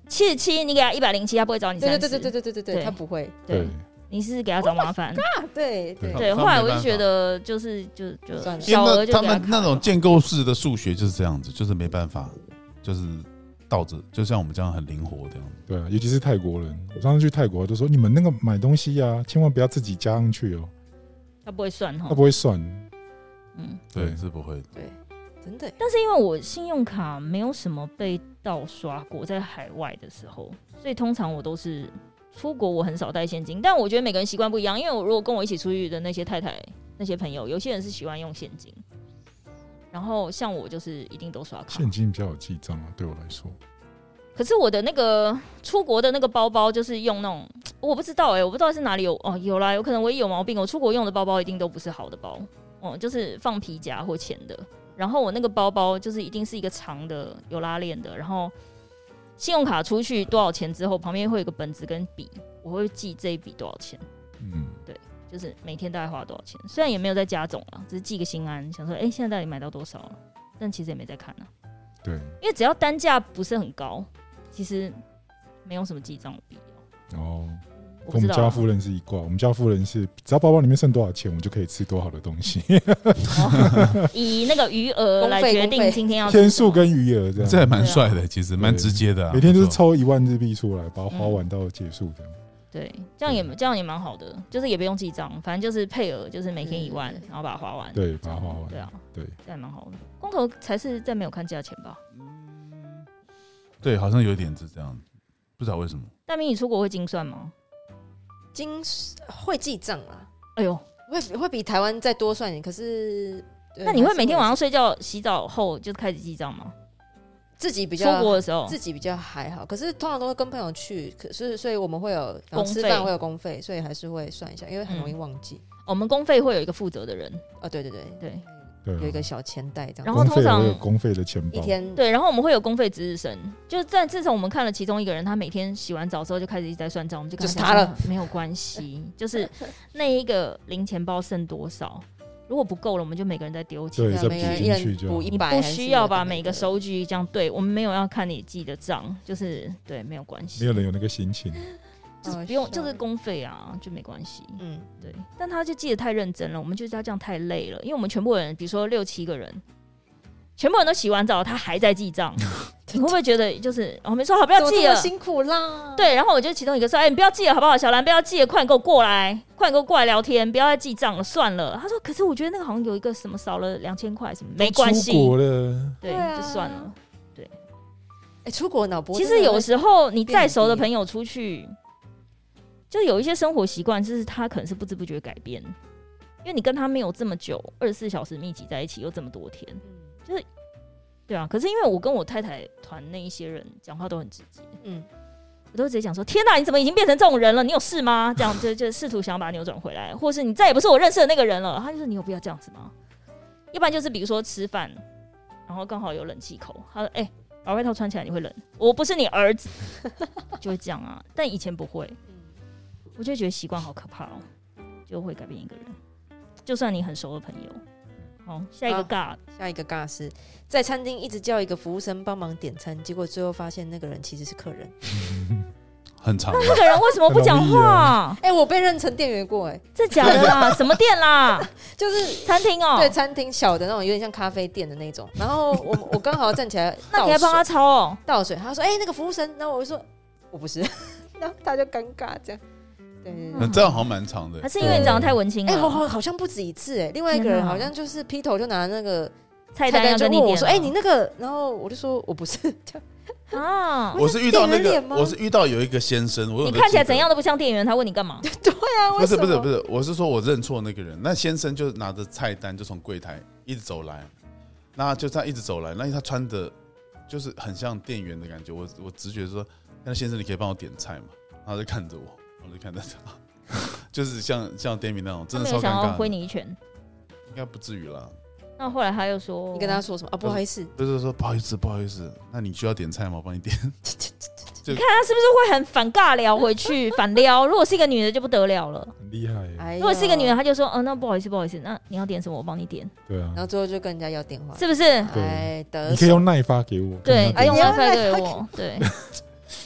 77，你给他107，他不会找你30。 对，他不会。 对，你是给他找麻烦。 对。 后来我就觉得就小额就给他们那种建构式的数学就是这样子，就是没办法，就是倒着，就像我们这样很灵活这样。 对啊，尤其是泰国人，我上次去泰国就说你们那个买东西啊，千万不要自己加上去哦。 他不会算哈， 他不会算。 对，是不会。 对。真的， 但是因为我信用卡没有什么被盗刷过，在海外的时候，所以通常我都是出国，我很少带现金。但我觉得每个人习惯不一样，因为我如果跟我一起出去的那些太太、那些朋友，有些人是喜欢用现金，然后像我就是一定都刷卡。 现金比较有记账啊，对我来说。 可是我的那个出国的那个包包，就是用那种我不知道我不知道是哪里有有啦，有可能我也有毛病。我出国用的包包一定都不是好的包就是放皮夹或钱的。然后我那个包包就是一定是一个长的有拉链的，然后信用卡出去多少钱之后，旁边会有个本子跟笔，我会记这一笔多少钱。对，就是每天大概花多少钱，虽然也没有在加总啦，只是记个心安，想说现在到底买到多少了，但其实也没在看对， 因为只要单价不是很高，其实没有什么记账的必要。 跟我们家夫人是一挂，我们家夫人是只要包包里面剩多少钱，我就可以吃多好的东西。 以那个余额来决定今天要天数跟余额这样， 这还蛮帅的，其实蛮直接的。 每天就是抽1万日币出来，把它花完到结束这样。 对，这样也蛮好的，就是也不用记账，反正就是配额，就是每天1万，然后把它花完。 对，把它花完。 对啊， 对， 这还蛮好的。公投才是在没有看价钱吧？ 对，好像有点是这样，不知道为什么。 大明，你出国会精算吗？ 会记账啦， 哎呦， 会比台湾再多算一点。可是， 那你会每天晚上睡觉、洗澡后就开始记账吗？ 自己比较出国的时候， 自己比较还好。可是通常都会跟朋友去，可是所以我们会有吃饭会有公费，所以还是会算一下，因为很容易忘记。 我们公费会有一个负责的人。 对，有一个小钱袋这样。 然后通常有公费的钱包， 一天对，然后我们会有公费值日生，就在自从我们看了其中一个人，他每天洗完澡之后就开始一直在算账，我们就跟他了，没有关系，就是那一个零钱包剩多少，如果不够了，我们就每个人再丢钱， 对，每个人一人补100， 你不需要把每个收据这样对，我们没有要看你记的账，就是对，没有关系， 没有人有那个心情。 就是不用，就是公费啊，就没关系。对。但他就记得太认真了，我们就知道这样太累了，因为我们全部人，比如说6、7个人，全部人都洗完澡，他还在记账，你会不会觉得就是我们说好不要记了， 辛苦啦？ 对。然后我就其中一个说：“你不要记了，好不好？小兰不要记了，快点给我过来，快点给我过来聊天，不要再记账了，算了。”他说：“可是我觉得那个好像有一个什么少了2000块什么，没关系， 出国了， 对，就算了。”对。 出国脑波其实有时候你再熟的朋友出去。就有一些生活习惯，就是他可能是不知不觉改变，因为你跟他没有这么久，24小时密集在一起，又这么多天，就是对啊。可是因为我跟我太太团那一些人讲话都很直接，我都直接讲说：“天哪，你怎么已经变成这种人了？你有事吗？”这样就试图想要把它扭转回来，或是你再也不是我认识的那个人了。他就说：“你有必要这样子吗？”要不然就是比如说吃饭，然后刚好有冷气口，他说：“把外套穿起来你会冷，我不是你儿子。”就会这样啊，但以前不会。我就觉得习惯好可怕就会改变一个人，就算你很熟的朋友。好，下一个尬是在餐厅一直叫一个服务生帮忙点餐，结果最后发现那个人其实是客人。 很长。 那个人为什么不讲话？ 我被认成店员过这假的啦？什么店啦？ 就是餐厅对，餐厅小的那种，有点像咖啡店的那种。然后我刚好站起来那你还帮他抄倒水。他说：“那个服务生。”然后我就说：“我不是。”然后他就尴尬这样。 这样好像蛮长的， 还是因为你长得太文青了？ 我好像不止一次另外一个人好像就是劈头就拿那个菜单就问我说：“你那个？”然后我就说：“我不是。” 我是遇到我是遇到有一个先生， 你看起来怎样都不像店员，他问你干嘛？ 对啊， 不是，我是说我认错那个人，那先生就拿着菜单就从柜台一直走来，那就这样一直走来，那他穿的就是很像店员的感觉，我直觉说：“那先生，你可以帮我点菜吗？”然后就看着我。我就看到他，就是像 Demi 那种，真的超尴尬的。他没有想要挥你一拳， 应该不至于啦。 那后来他又说， 你跟他说什么？不好意思， 不是说不好意思，那你需要点菜吗？我帮你点。 你看他是不是会很反尬聊回去，反撩？如果是一个女的就不得了了， 很厉害。 如果是一个女的，他就说，那不好意思，那你要点什么？我帮你点。 对啊。 然后最后就跟人家要电话， 是不是？ 你可以用耐发给我。 对，用耐发给我。对。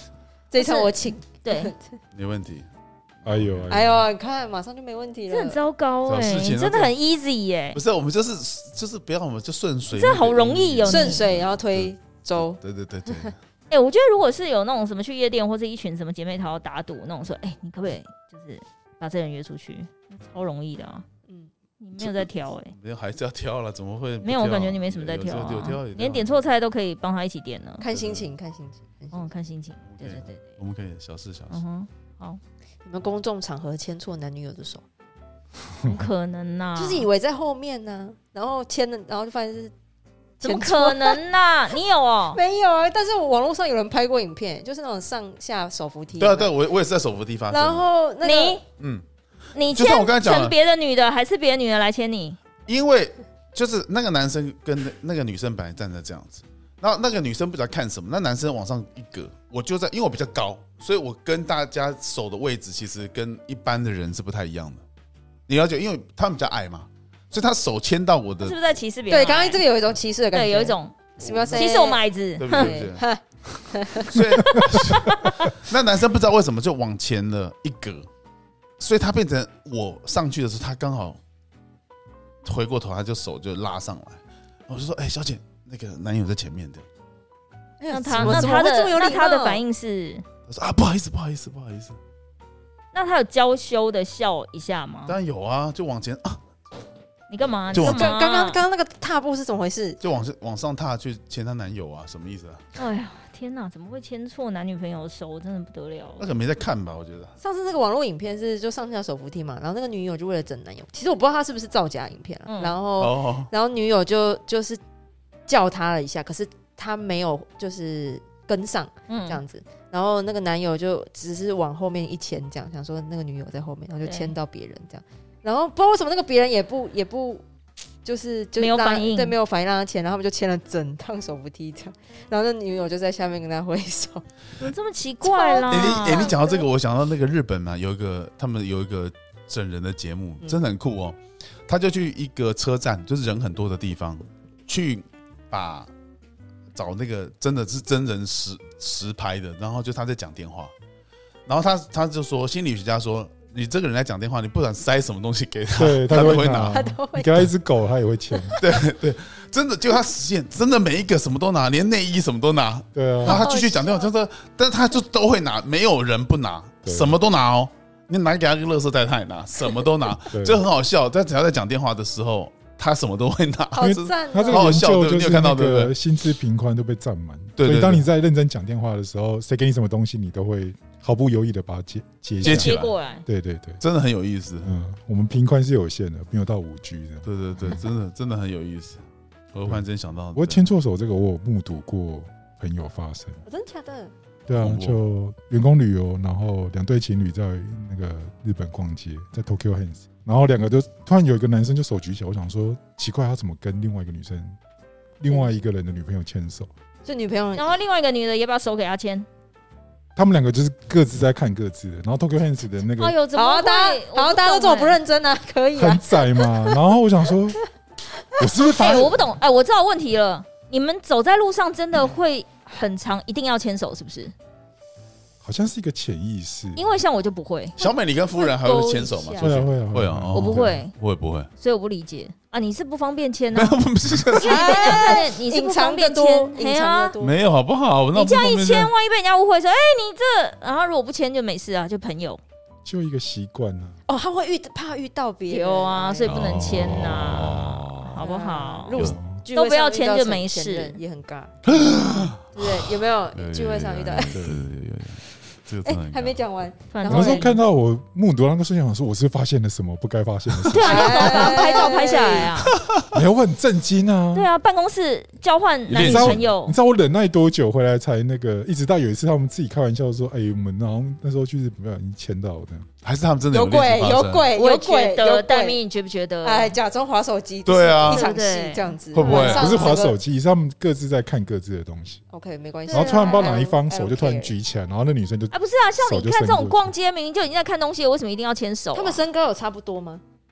这一场我请， 对， 没问题。 哎呦，你看马上就没问题了， 这很糟糕你真的很 easy 耶。 不是，我们就是不要，我们就顺水， 这好容易顺水然后推舟。 对。 我觉得如果是有那种什么去夜店或者一群什么姐妹淘打赌那种说，你可不可以就是把这人约出去，超容易的啊。你没有在挑没有还是要挑了，怎么会没有？我感觉你没什么在挑连点错菜都可以帮他一起点呢。 看心情。看心情。对， 我们可以小事。 好。 你们公众场合牵错男女友的手， 怎么可能呢？ 就是以为在后面呢，然后牵了，然后就发现是。 怎么可能呢？你有哦？ 没有啊，但是网络上有人拍过影片，就是那种上下手扶梯。 对，我也是在手扶梯发生。 然后你牵成别的女的，还是别的女的来牵你？ 因为就是那个男生跟那个女生本来站在这样子，然后那个女生不知道看什么，那男生往上一格，我就在，因为我比较高，所以我跟大家手的位置其实跟一般的人是不太一样的。你了解，因为他们比较矮嘛。所以他手牵到我的， 是不是在歧视别人？ 对，刚刚这个有一种歧视的感觉， 对，有一种歧视我们矮子， 对不对？所以那男生不知道为什么就往前了一格，所以他变成我上去的时候，他刚好回过头，他就手就拉上来，我就说：“小姐，那个男友在前面的。” 那他的反应是， 他说：“不好意思。” 那他有娇羞的笑一下吗？ 当然有啊，就往前啊。 你干嘛？ 就刚刚那个踏步是怎么回事？ 就往上踏去牵她男友啊，什么意思啊？ 哎呀，天哪，怎么会牵错男女朋友的手？真的不得了。 那可能没在看吧，我觉得。 上次那个网络影片是就上下手扶梯嘛，然后那个女友就为了整男友，其实我不知道他是不是造假影片然后女友就是叫他了一下，可是他没有就是跟上这样子，然后那个男友就只是往后面一牵，这样想说那个女友在后面，然后就牵到别人这样。然后不知道为什么那个别人也不就是没有反应， 对，没有反应让他牵，然后他们就牵了整趟手扶梯这样，然后那女友就在下面跟他挥手， 怎么这么奇怪啦？ 你讲到这个，我想到那个日本嘛，他们有一个整人的节目，真的很酷哦。他就去一个车站，就是人很多的地方，去找那个真的是真人实拍的，然后就他在讲电话，然后他就说，心理学家说。你这个人来讲电话，你不管塞什么东西给他， 对他都会拿。 你给他一只狗，他也会牵。 对，真的就他实现，真的每一个什么都拿，连内衣什么都拿。 对啊， 然后他继续讲电话，但是他就都会拿，没有人不拿，什么都拿哦。你拿给他个垃圾袋，他也拿，什么都拿，就很好笑。但只要在讲电话的时候，他什么都会拿， 好赞！ 他这个研究就是那个心智频宽都被占满，所以当你在认真讲电话的时候，谁给你什么东西，你都会毫不犹豫的把它接起来过来。 对，真的很有意思。 我们频宽是有限的，没有到5G 的。 对，真的很有意思。我忽然真想到， 我牵错手这个，我有目睹过朋友发生。 真的假的？ 对啊，就员工旅游，然后2对情侣在那个日本逛街，在 Tokyo Hands， 然后2个就突然有一个男生就手举起来，我想说奇怪，他怎么跟另外一个女生、另外一个人的女朋友牵手？ 就女朋友， 然后另外一个女的也把手给他牵。 他们2个就是各自在看各自的，然后 Tokyo Hands 的那个， 哎呦，怎么会？ 大家都这么不认真啊？可以啊， 很窄嘛。然后我想说，我是不是发现？ 我不懂，我知道问题了。你们走在路上真的会很长，一定要牵手，是不是？ 好像是一个潜意识， 因为像我就不会。 小美，你跟夫人还会牵手吗？ 会啊， 我不会， 我也不会， 所以我不理解啊。你是不方便牵啊？ 不是， 你是不方便牵， 没有好不好？ 你这样一牵，万一被人家误会说，你这，然后如果不牵就没事啊，就朋友， 就一个习惯啊。 他会怕遇到别人， 有啊，所以不能牵呐，好不好？都不要牵就没事， 也很尬，对不对？有没有聚会上遇到？还没讲完。 然后看到我目睹那个瞬间，我说我是发现了什么不该发现的事情。 对啊，要怎么把拍照拍下来啊？ 没有，我很震惊啊。 对啊，办公室交换男女朋友， 你知道我忍耐多久回来才那个？一直到有一次他们自己开玩笑说：“我们好像那时候去日本不小心牵到的。” 还是他们真的有鬼？ 我觉得戴咪，你觉不觉得？ 假装滑手机， 对啊， 一场戏这样子， 会不会不是滑手机？是他们各自在看各自的东西。 OK， 没关系。 然后突然不知道哪一方手就突然举起来，然后那女生就不是啊，像你看这种逛街，明明就已经在看东西，为什么一定要牵手？ 他们身高有差不多吗？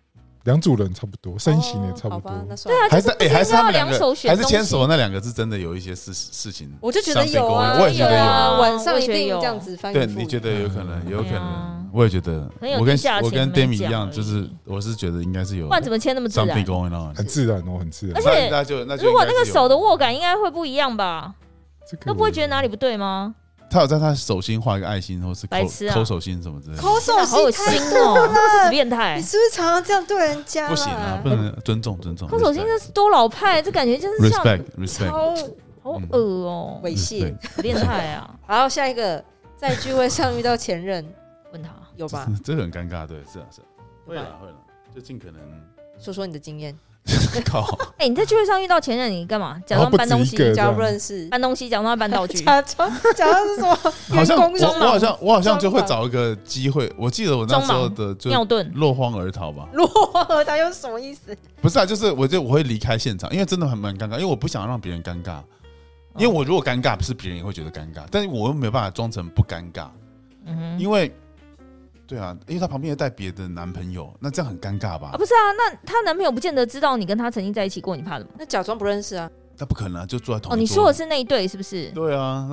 2组人差不多，身形也差不多。 对啊， 还是还是他们两手选， 还是牵手那2个是真的有一些事情。 我就觉得有啊， 我也觉得有， 晚上一定这样子翻。 对，你觉得有可能？有可能，我也觉得。我跟 Demi 一样，就是我是觉得应该是有。 不然怎么牵那么自然？ 很自然哦，很自然。 而且如果那个手的握感应该会不一样吧？都不会觉得哪里不对吗？ 他有在他手心画一个爱心，或是抠手心什么之类的。 抠手心好有心哦，死变态！ 你是不是常常这样对人家？ 不行啊，不能尊重。 抠手心这是多老派，这感觉就是像 respect， 好恶哦， 猥亵， 死变态啊！ 好，下一个，在聚会上遇到前任， 问他有吧？ 这个很尴尬，对，是啊，会了，就尽可能说你的经验。 靠！ 你在聚会上遇到前任，你干嘛？假装搬东西， 假装不认识， 搬东西，假装搬道具， 假装是什么？ 我好像就会找一个机会。我记得我那时候的就尿遁， 落荒而逃吧。 落荒而逃又是什么意思？ 不是啊，就是我会离开现场，因为真的很蛮尴尬，因为我不想让别人尴尬。因为我如果尴尬，不是别人也会觉得尴尬，但是我又没有办法装成不尴尬，因为。对啊，因为她旁边带别的男朋友，那这样很尴尬吧？ 不是啊，那她男朋友不见得知道你跟她曾经在一起过，你怕什么？ 那假装不认识啊？ 那不可能啊，就坐在同一桌。 你说的是那一对是不是？ 对啊，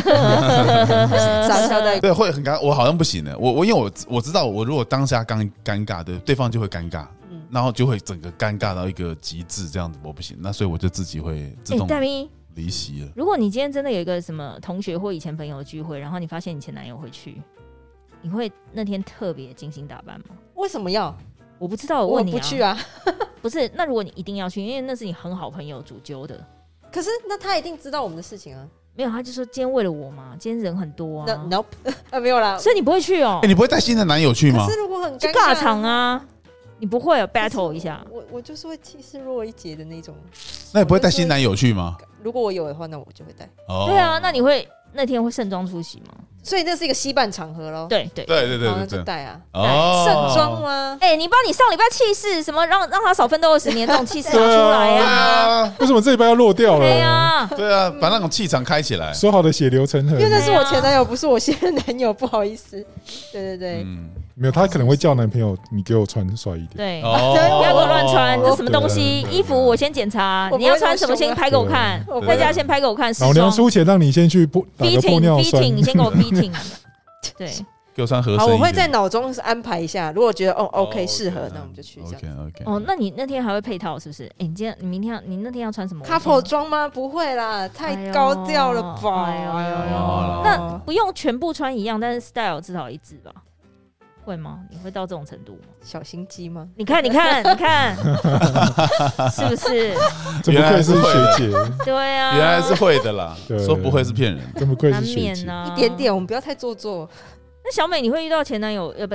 傻笑的。 对，会很尴尬。我好像不行的，因为我知道，我如果当下尴尬的，对方就会尴尬，然后就会整个尴尬到一个极致，这样子我不行。那所以我就自己会自动离席了。 如果你今天真的有一个什么同学或以前朋友的聚会，然后你发现你前男友会去。你会那天特别精心打扮吗？ 为什么要？ 我不知道，我问你啊。 我不去啊。 不是，那如果你一定要去，因为那是你很好朋友主揪的。 可是那他一定知道我们的事情啊。 没有，他就说今天为了我嘛，今天人很多啊。 Nope， 没有啦。 所以你不会去哦。 你不会带新的男友去吗？ 可是如果很尴尬场啊，你不会有 battle 一下？ 我就是会气势弱一截的那种。 那你不会带新男友去吗？ 如果我有的话，那我就会带。 对啊，那你会那天会盛装出席吗？ 所以那是一个稀办场合咯。 对， 那就带啊。盛装吗？ 你帮你上礼拜气势什么让他少奋斗20年这种气势拿出来啊？ 为什么这礼拜要落掉了？ 对啊，把那种气场开起来。 说好的血流成河， 因为那是我前男友，不是我现任男友，不好意思。对。 没有，他可能会叫男朋友，你给我穿帅一点。 对，不要给我乱穿，这什么东西？衣服我先检查，你要穿什么先拍给我看，回家先拍给我看。 老娘出钱让你先去打个玻尿酸， 你先给我 beating。对， 给我穿合身。 好，我会在脑中安排一下，如果觉得OK 适合，那我们就去。 OK。 那你那天还会配套是不是？你那天要穿什么 ？couple 装吗？不会啦，太高调了吧？ 那不用全部穿一样，但是 style 至少一致吧？会吗？你会到这种程度吗？ 小心机吗？ 你看，是不是？ 原来是学姐， 对啊， 原来是会的啦。说不会是骗人， 真不愧是学姐啊， 一点点，我们不要太做作。 那小美，你会遇到前男友？不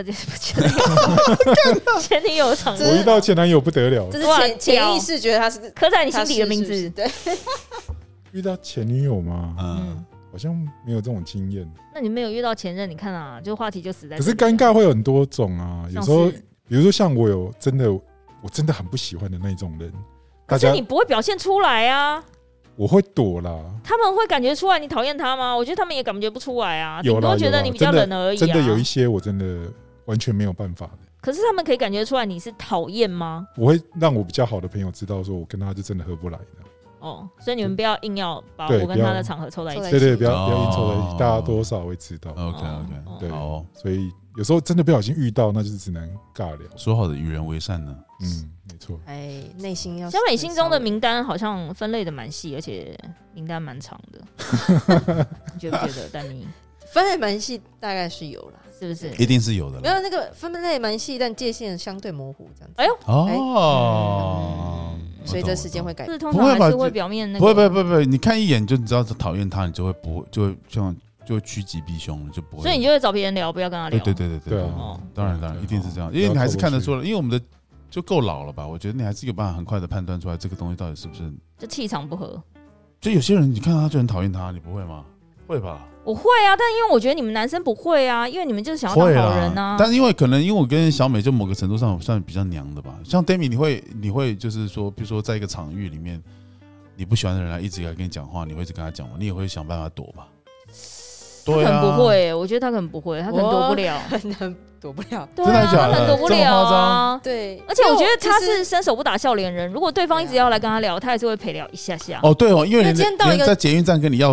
前女友场， 我遇到前男友不得了， 这是潜意识觉得他是刻在你心底的名字。 对， 遇到前女友吗？好像没有这种经验。 那你没有遇到前任？你看啊，就话题就死在。 可是尴尬会有很多种啊，有时候，比如说像我真的很不喜欢的那种人， 可是你不会表现出来啊。 我会躲啦。 他们会感觉出来你讨厌他吗？我觉得他们也感觉不出来啊， 顶多觉得你比较冷而已。 真的有一些我真的完全没有办法的。 可是他们可以感觉出来你是讨厌吗？ 我会让我比较好的朋友知道，说我跟他就真的合不来的。 所以你们不要硬要把我跟他的场合凑在一起。 对，不要硬凑在一起，大家多少会知道。 OK， 对，所以有时候真的不小心遇到，那就是只能尬聊。 说好的与人为善呢？ 没错。 内心要。 小美心中的名单好像分类的蛮细，而且名单蛮长的。你觉不觉得？但你分类蛮细，大概是有啦， 是不是？ 一定是有的。 没有那个分类蛮细，但界限相对模糊，这样子。 哎呦， 随着时间会改变， 通常还是会表面那个。 不会，你看一眼就你知道讨厌他，你就会不会就会趋吉避凶了，就不会。 所以你就会找别人聊，不要跟他聊。 对，当然，一定是这样，因为你还是看得出来，因为我们的就够老了吧？我觉得你还是有办法很快的判断出来这个东西到底是不是就气场不合。 就有些人你看到他就很讨厌他，你不会吗？会吧？ 我会啊，但因为我觉得你们男生不会啊，因为你们就是想要当好人啊。 但因为我跟小美就某个程度上算比较娘的吧。像 Demi， 你会就是说，比如说在一个场域里面，你不喜欢的人来一直跟你讲话，你会一直跟他讲吗？你也会想办法躲吧？ 对啊， 他可能不会，我觉得他可能不会，他可能躲不了， 躲不了。 对啊，他可能躲不了啊。 对， 而且我觉得他是伸手不打笑脸人，如果对方一直要来跟他聊，他还是会陪聊一下下。 哦，对哦，因为连在捷运站跟你要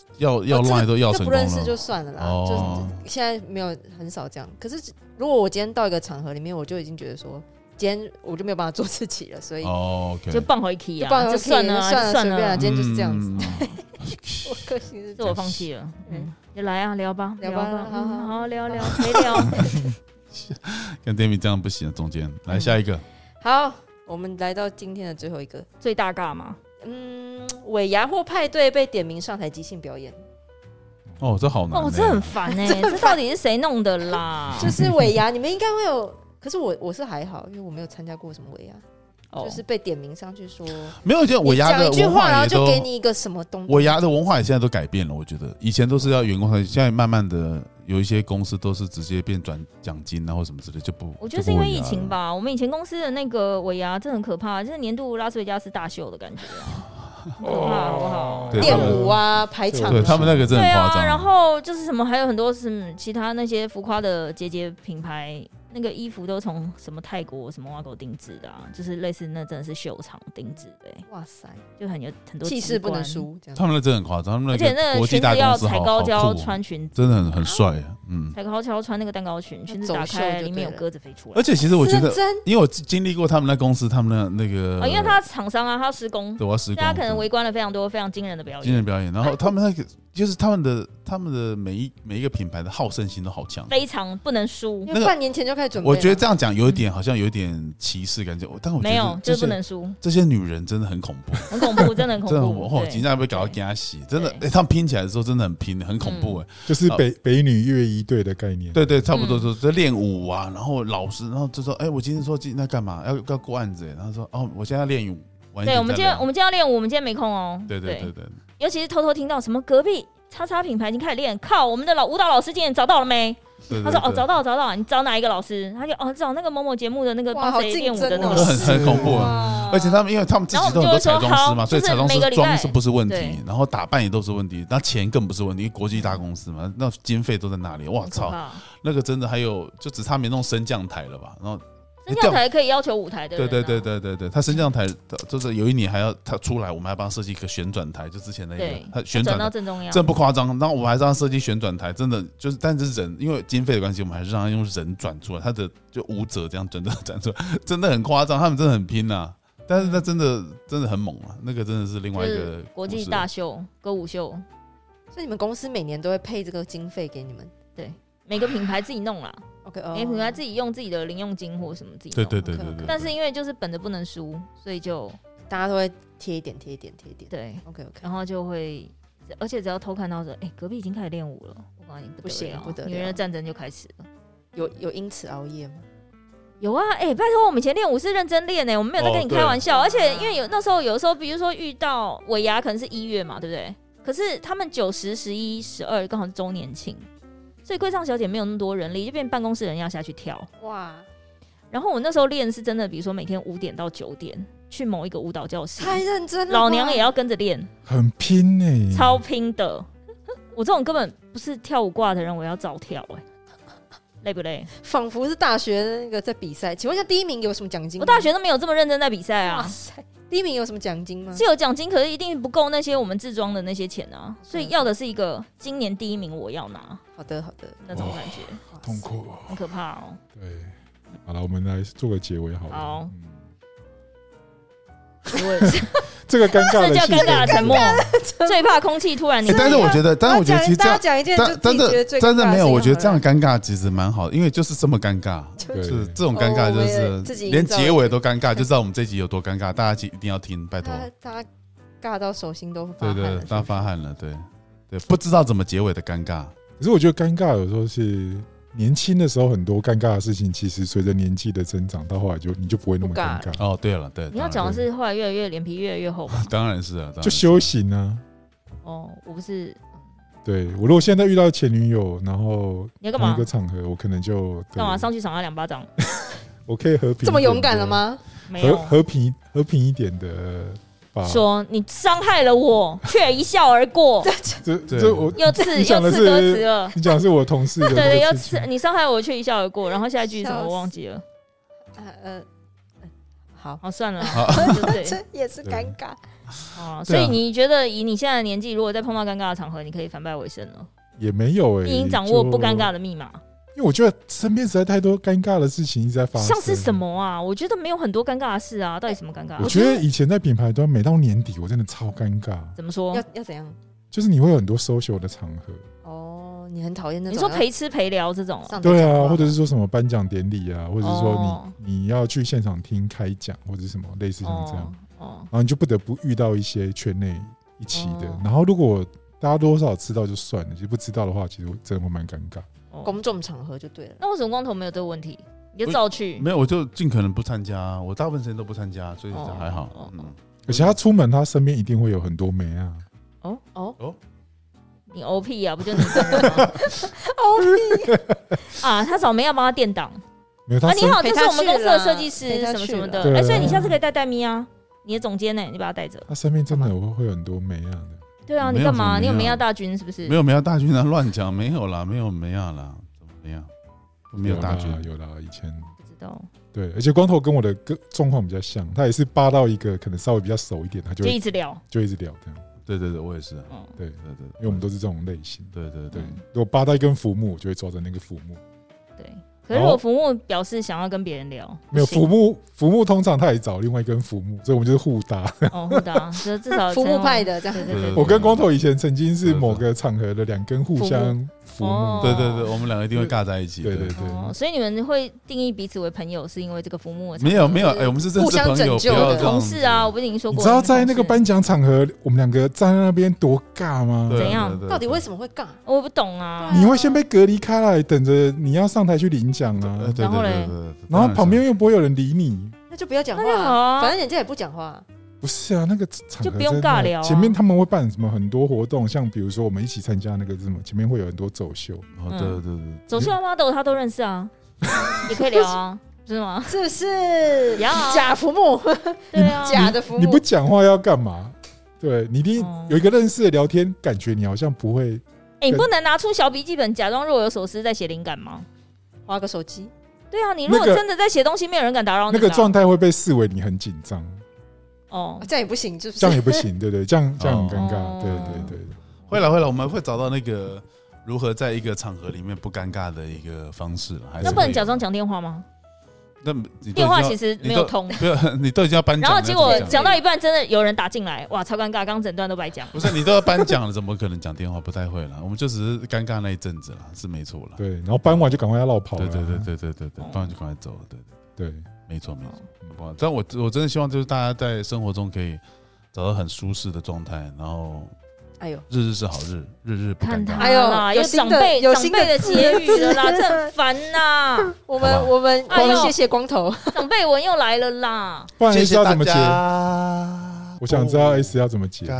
line 都要成功了， 不认识就算了啦。就现在没有很少这样。可是如果我今天到一个场合里面，我就已经觉得说，今天我就没有办法做自己了，所以就放回去啊，就算了， 随便了，今天就是这样子。我个性是自我放弃了。就来啊，聊吧，好聊，陪聊。 跟 Demi 这样不行，中间来下一个。 好，我们来到今天的最后一个， 最大尬吗？ 尾牙或派对被点名上台即兴表演。 哦，这好难欸。 这很烦欸。这到底是谁弄的啦？ 就是尾牙，你们应该会有，可是我是还好，因为我没有参加过什么尾牙。就是被点名上去说， 没有，就尾牙的文化然后就给你一个什么东西。 尾牙的文化也现在都改变了，我觉得以前都是要员工，现在慢慢的有一些公司都是直接变转奖金啊或什么之类，就不。 我觉得是因为疫情吧，我们以前公司的那个尾牙真的很可怕，就是年度拉斯维加斯大秀的感觉啊，很可怕好不好？ 练舞啊，排场， 对他们那个真的很夸张。 然后就是什么，还有很多是其他那些浮夸的节品牌。那个衣服都从什么泰国什么挖狗定制的啊，就是类似那真的是秀场定制的。哇塞，就很多气势不能输。 他们那真的很夸张， 而且那个裙子要踩高跷穿裙子， 真的很帅。 踩高跷穿那个蛋糕裙，裙子打开里面有鸽子飞出来。 而且其实我觉得，因为我经历过他们那公司，他们那个， 因为他厂商啊，他要施工， 对，我要施工， 大家可能围观了非常多非常惊人的表演，然后他们那个就是他们的每一个品牌的好胜心都好强， 非常不能输。 因为半年前就开始准备， 我觉得这样讲有一点好像有一点歧视感觉，但我觉得没有，就是不能输。 这些女人真的很恐怖， 很恐怖，真的很恐怖。 哦，紧张被搞到给他洗，真的，他们拼起来的时候真的很拼，很恐怖哎， 就是北女乐仪队的概念。 对，差不多就在练舞啊，然后老师，然后就说，我今天说在干嘛？要过案子，然后说我现在要练舞。 对，我们今天要练舞，我们今天没空哦。 对， 尤其是偷偷听到什么隔壁XX品牌已经开始练，靠，我们的舞蹈老师今天找到了没？他说找到，你找哪一个老师？他就找那个某某节目的那个帮谁练舞的那个老师， 很恐怖。而且因为他们自己都很多彩妆师嘛，所以彩妆师妆是不是问题，然后打扮也都是问题，那钱更不是问题，因为国际大公司嘛，那经费都在那里。哇操，那个真的还有就只差没弄升降台了吧？然后升降台可以要求舞台的人。 对，他升降台就是有一年还要他出来，我们还帮他设计一个旋转台，就之前那个他旋转到正中央， 真不夸张。然后我们还是让他设计旋转台，真的就是，但是人因为经费的关系，我们还是让他用人转出来，他的就舞者这样转出来，真的很夸张，他们真的很拼啊。但是他真的很猛啊，那个真的是另外一个国际大秀歌舞秀。 所以你们公司每年都会配这个经费给你们？ 对，每个品牌自己弄啦。 OK， 每个品牌自己用自己的零用金或什么自己弄。 对。 但是因为就是本着不能输，所以就大家都会贴一点。 对 ，OK， 然后就会，而且只要偷看到说，隔壁已经开始练舞了，我告诉你不得了，女人的战争就开始了。 有因此熬夜吗？ 有啊，拜托，我们以前练舞是认真练我们没有在跟你开玩笑。而且因为那时候有时候，比如说遇到尾牙，可能是1月嘛，对不对？可是他们9、10、11、12刚好是周年庆，所以柜上小姐没有那么多人力，就变办公室人要下去跳。哇！然后我那时候练是真的，比如说每天5点到9点去某一个舞蹈教室， 太认真了， 老娘也要跟着练， 很拼欸， 超拼的。我这种根本不是跳舞挂的人，我要早跳累不累？ 仿佛是大学那个在比赛。请问一下，第一名有什么奖金吗？ 我大学都没有这么认真在比赛啊！哇塞，第一名有什么奖金吗？ 是有奖金，可是一定不够那些我们自装的那些钱啊！所以要的是一个今年第1名我要拿。 好的， 那种感觉， 痛苦， 很可怕哦。 对，好了，我们来做个结尾好了。 好。 这个尴尬的， 这叫尴尬的沉默。最怕空气突然凝结。 但是我觉得其实这样讲一件， 真的没有，我觉得这样尴尬其实蛮好的，因为就是这么尴尬，是这种尴尬就是连结尾都尴尬，就知道我们这集有多尴尬。大家一定要听，拜托。 大家尬到手心都发汗了，大家发汗了，对，不知道怎么结尾的尴尬。 可是我觉得尴尬有时候是。年轻的时候很多尴尬的事情，其实随着年纪的增长，到后来你就不会那么尴尬。 哦，对了，对， 你要讲的是后来越来越脸皮越来越厚吧？ 当然是啊， 就修行啊。 哦，我不是。 对，我如果现在遇到前女友，然后你要干嘛？ 一个场合，我可能就干嘛上去赏他2巴掌？ 我可以和平。 这么勇敢了吗？ 没有和平一点的说你伤害了我，却一笑而过。 这我又刺歌词了。 你讲的是我同事的， 对，又刺你伤害我，却一笑而过。然后下一句什么我忘记了。好，算了， 这也是尴尬。 所以你觉得以你现在的年纪，如果再碰到尴尬的场合，你可以反败为胜了？ 也没有你已经掌握不尴尬的密码。 因为我觉得身边实在太多尴尬的事情一直在发生。 像是什么啊？我觉得没有很多尴尬的事啊，到底什么尴尬？ 我觉得以前在品牌端，每到年底我真的超尴尬。 怎么说？ 要怎样？ 就是你会有很多 social 的场合。 你很讨厌那种。 你说陪吃陪聊这种？ 对啊，或者是说什么颁奖典礼啊，或者是说你要去现场听开讲，或者是什么类似像这样。然后你就不得不遇到一些圈内一起的。然后如果大家多少知道就算了，其实不知道的话，其实真的会蛮尴尬。 公众场合就对了。 那为什么光头没有这个问题？你就照去？ 没有，我就尽可能不参加。我大部分时间都不参加，所以还好。 而且他出门，他身边一定会有很多妹啊。 你 OP 啊，不就你本人吗？OP 啊，他找妹要帮他垫档。 没有他你好，这是我们公司的设计师什么什么的。 所以你下次可以带戴咪啊，你的总监呢，你把他带着。 他身边真的会有很多妹啊的。 对啊，你干嘛？你有梅亚大军是不是？ 没有梅亚大军啊，乱讲，没有啦，没有梅亚啦，怎么没有？没有大军， 有啦，以前不知道。 对，而且光头跟我的状况比较像，他也是扒到一个可能稍微比较熟一点，他就一直聊这样。 对，我也是。 对，因为我们都是这种类型。 对。 如果扒到一根浮木，我就会抓着那个浮木。 对。可是如果浮木表示想要跟别人聊， 没有浮木通常他也找另外一根浮木，所以我们就是互搭。 互搭，就至少浮木派的这样。 对。 我跟光头以前曾经是某个场合的两根互相浮木。 对，我们两个一定会尬在一起。 对。 所以你们会定义彼此为朋友，是因为这个浮木？ 没有，我们是真是朋友，不要同事啊！我不是已经说过， 你知道在那个颁奖场合，我们两个站在那边多尬吗？ 怎样？ 到底为什么会尬？ 我不懂啊！ 你会先被隔离开来，等着你要上台去领奖啊。然后旁边又不会有人理你， 那就不要讲话，反正人家也不讲话。 不是啊，那个场合就不用尬聊。 前面他们会办什么很多活动，像比如说我们一起参加那个什么，前面会有很多走秀。 对， 走秀 model 他都认识啊，也可以聊啊，是吗？ 是不是？假浮木， 对啊， 假的浮木。 你不讲话要干嘛？对你一定有一个认识的聊天，感觉你好像不会。 你不能拿出小笔记本，假装若有所思在写灵感吗？ 划个手机。 对啊，你如果真的在写东西，没有人敢打扰你。 那个状态会被视为你很紧张。 这样也不行，就是这样也不行，对，这样很尴尬。对。 会了，我们会找到那个如何在一个场合里面不尴尬的一个方式。 那不能假装讲电话吗？ 那电话其实没有通， 你都已经要颁奖， 然后结果讲到一半，真的有人打进来，哇，超尴尬，刚整段都白讲。 不是你都要颁奖了，怎么可能讲电话？不太会了，我们就只是尴尬那一阵子了，是没错了。 对，然后颁完就赶快要绕跑了。 对，颁完就赶快走了。对，没错。但我真的希望就是大家在生活中可以找到很舒适的状态，然后。日是好日，日不尴尬。 有长辈的结语了啦，这很烦呐。 我们谢谢光头， 长辈文又来了啦。 不然 S 要怎么解？我想知道 S 要怎么解。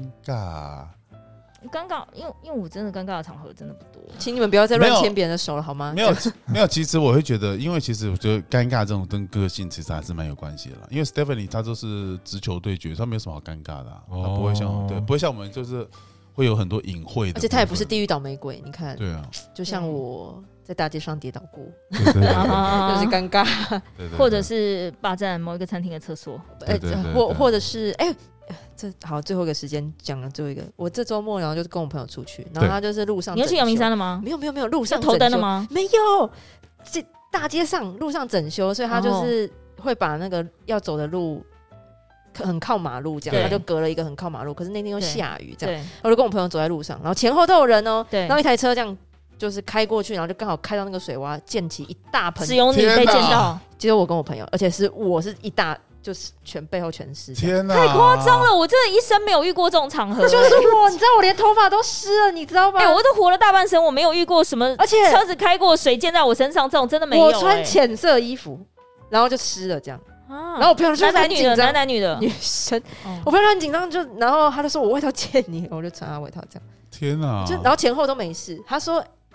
尴尬，因为我真的尴尬的场合真的不多， 请你们不要再乱牵别人的手了好吗？ 没有，其实我会觉得，因为其实我觉得尴尬这种跟个性其实还是蛮有关系的啦。因为 Stephanie 她都是直球对决，她没有什么好尴尬的，她不会像我们就是会有很多隐晦的， 而且她也不是地狱倒霉鬼，你看， 对啊， 就像我在大街上跌倒过， 就是尴尬， 或者是霸占某一个餐厅的厕所， 或者是这好，最后一个时间讲了最后一个。我这周末然后就是跟我朋友出去，然后他就是路上， 你要去阳明山了吗？ 没有，路上头灯了吗？ 没有，这大街上路上整修，所以他就是会把那个要走的路很靠马路这样，他就隔了一个很靠马路。可是那天又下雨这样，我就跟我朋友走在路上，然后前后都有人哦，然后一台车这样就是开过去，然后就刚好开到那个水洼，溅起一大盆， 只有你被溅到， 只有我跟我朋友，而且我是一大。就是背后全湿， 天哪， 太夸张了！我真的一生没有遇过这种场合， 就是我，你知道我连头发都湿了，你知道吗？ 我都活了大半生，我没有遇过什么，而且车子开过水溅在我身上，这种真的没有。 我穿浅色衣服，然后就湿了这样。然后我朋友就很紧张， 男女的女生，我朋友很紧张，然后他就说我外套借你，我就穿他外套这样。 天哪！ 然后前后都没事，他说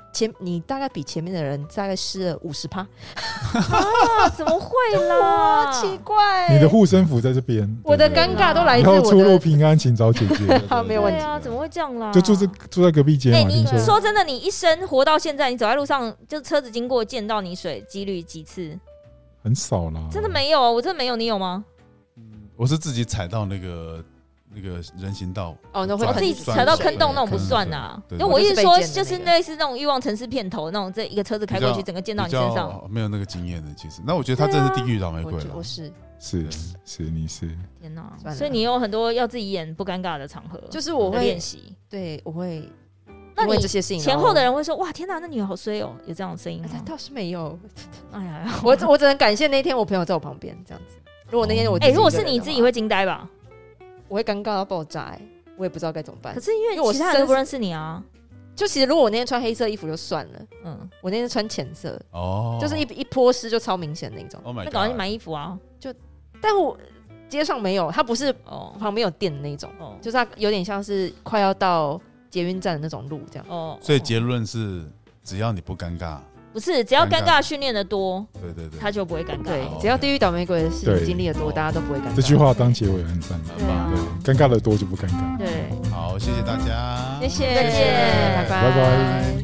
你大概比前面的人大概湿了50%。 啊，怎么会啦？ 奇怪， 你的护身符在这边， 我的尴尬都来自以我的。 后出入平安，请找姐姐。 没有问题啊，怎么会这样啦？ 就住在隔壁间嘛。 你说真的，你一生活到现在，你走在路上，就车子经过见到你水几率几次？ 很少啦， 真的没有啊，我真的没有，你有吗？ 我是自己踩到那个人行道那会自己踩到坑洞那种不算啊。因为我一直说，就是类似那种欲望城市片头那种，这一个车子开过去，整个溅到你身上， 没有那个经验的。其实，那我觉得他真是地狱倒霉鬼了。 我是你是天哪！所以你有很多要自己演不尴尬的场合， 就是我会练习。 对，我会。 那你这些事情前后的人会说：“哇，天哪，那女的好衰哦！”有这样的声音吗？ 倒是没有。 哎呀， 我只能感谢那天我朋友在我旁边这样子。如果那天如果是你自己会惊呆吧？ 我会尴尬到爆炸，我也不知道该怎么办。 可是因为我其他人都不认识你啊。 就其实如果我那天穿黑色衣服就算了，我那天穿浅色，就是一泼湿就超明显那种。 那赶快去买衣服啊！ 但我街上没有，它不是旁边有店的那种，就是它有点像是快要到捷运站的那种路这样。 所以结论是，只要你不尴尬。 不是，只要尴尬训练的多， 对， 他就不会尴尬。 对，只要地狱倒霉鬼的事情经历的多，大家都不会尴尬。 这句话当结尾很赞， 对， 尴尬的多就不尴尬。 对， 好，谢谢大家， 谢谢， 再见， 拜拜。